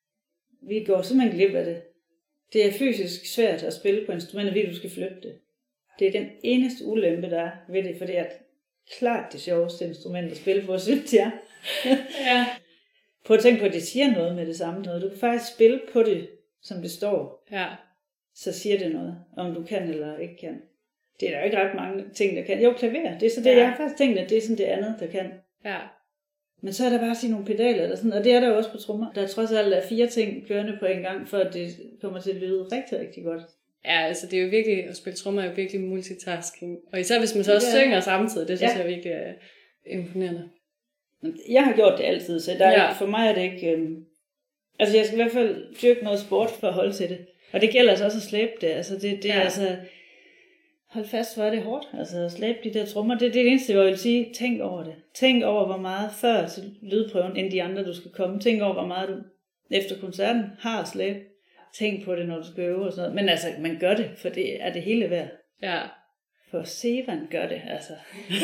vi går simpelthen glip af det. Det er fysisk svært at spille på instrumenter, fordi du skal flytte det. Det er den eneste ulempe, der er ved det, for det er klart det sjoveste instrument at spille på, synes jeg. Ja. Prøv at tænke på, at det siger noget med det samme noget. Du kan faktisk spille på det, som det står. Ja. Så siger det noget, om du kan eller ikke kan. Det er der jo ikke ret mange ting, der kan. Jo, klaver. Det er så det, ja. Jeg har faktisk tænkt, at det er sådan det andet, der kan. Ja. Men så er der bare sige nogle pedaler, eller sådan, og det er der jo også på trommer. Der er trods alt er fire ting kørende på en gang, for at det kommer til at lyde rigtig, rigtig godt. Ja, altså det er jo virkelig, at spille trommer er jo virkelig multitasking. Og især hvis man så også ja. synger samtidig, det synes ja. jeg virkelig er imponerende. Jeg har gjort det altid, så der er, ja. for mig er det ikke... Øhm... Altså jeg skal i hvert fald dyrke noget sport for at holde til det. Og det gælder altså også at slæbe det. Altså det, det er ja. altså... Hold fast, hvor er det hårdt. Altså at slæbe de der trommer, det er det eneste, jeg vil sige. Tænk over det. Tænk over, hvor meget før til lydprøven, end de andre, du skal komme. Tænk over, hvor meget du efter koncerten har at slæbe. Tænk på det, når du skal øve og sådan noget. Men altså, man gør det, for det er det hele værd. Ja. For Sevan gør det, altså.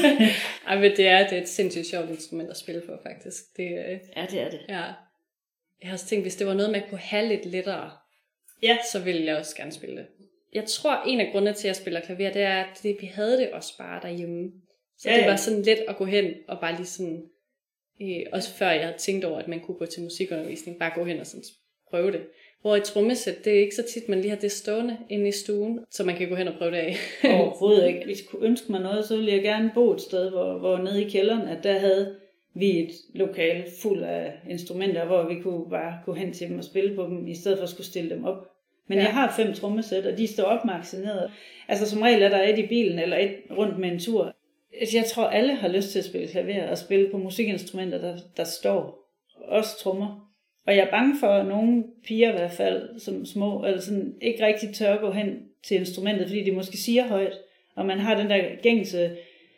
Ej, men det er, det er et sindssygt sjovt instrument at spille for, faktisk. Det, øh... Ja, det er det. Ja. Jeg har også tænkt, hvis det var noget, man kunne have lidt lettere, ja. så ville jeg også gerne spille det. Jeg tror, en af grundene til, at jeg spiller klaver, det er, at det, vi havde det også bare derhjemme. Så ja, det var sådan let at gå hen og bare lige sådan, øh, også før jeg havde tænkt over, at man kunne gå til musikundervisning, bare gå hen og sådan prøve det. Hvor i trommesæt, det er ikke så tit, man lige har det stående inde i stuen, så man kan gå hen og prøve det af. Overhovedet ikke. Hvis jeg kunne ønske mig noget, så ville jeg gerne bo et sted, hvor, hvor nede i kælderen, at der havde vi et lokale fuld af instrumenter, hvor vi kunne bare gå hen til dem og spille på dem, i stedet for at skulle stille dem op. Men ja. jeg har fem trommesæt, og de står opmagasineret. Altså som regel er der et i bilen, eller et rundt med en tur. Jeg tror, alle har lyst til at spille klaver og spille på musikinstrumenter, der, der står. Også trommer. Og jeg er bange for, at nogle piger i hvert fald, som små, eller sådan, ikke rigtig tør at gå hen til instrumentet, fordi de måske siger højt. Og man har den der gængse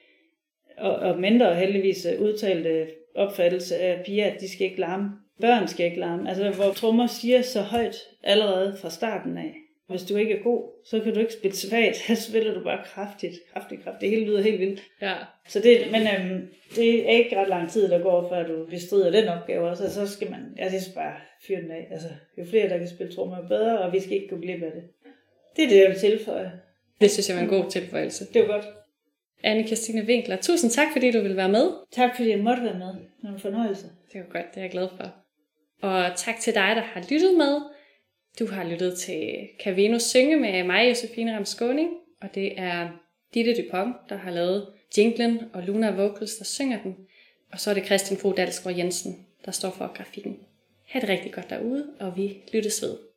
og, og mindre heldigvis udtalte opfattelse af piger, at de skal ikke larme. Børn skal ikke larme. Altså, hvor trommer siger så højt allerede fra starten af. Hvis du ikke er god, så kan du ikke spille svagt. Så spiller du bare kraftigt, kraftigt, kraftigt. Det hele lyder helt vildt. Ja. Så det, men øhm, det er ikke ret lang tid, der går, før du bestrider den opgave også. Altså, så skal man, altså, jeg skal bare fyre den af. Altså, jo flere, der kan spille trommer, jo bedre, og vi skal ikke gå glip af det. Det er det, jeg vil tilføje. Det synes jeg var en god tilføjelse. Det var godt. Anne-Kristine Winkler, tusind tak, fordi du ville være med. Tak, fordi jeg måtte være med. Det var en fornøjelse. Det var godt, det er jeg glad for. Og tak til dig, der har lyttet med. Du har lyttet til Kan Venus synge med mig, Josefine Ramskåning. Og det er Ditte Dupont, der har lavet jinglen, og Luna Vocals, der synger den. Og så er det Christian Fogh Dalsgaard Jensen, der står for grafikken. Ha' det rigtig godt derude, og vi lyttes ved.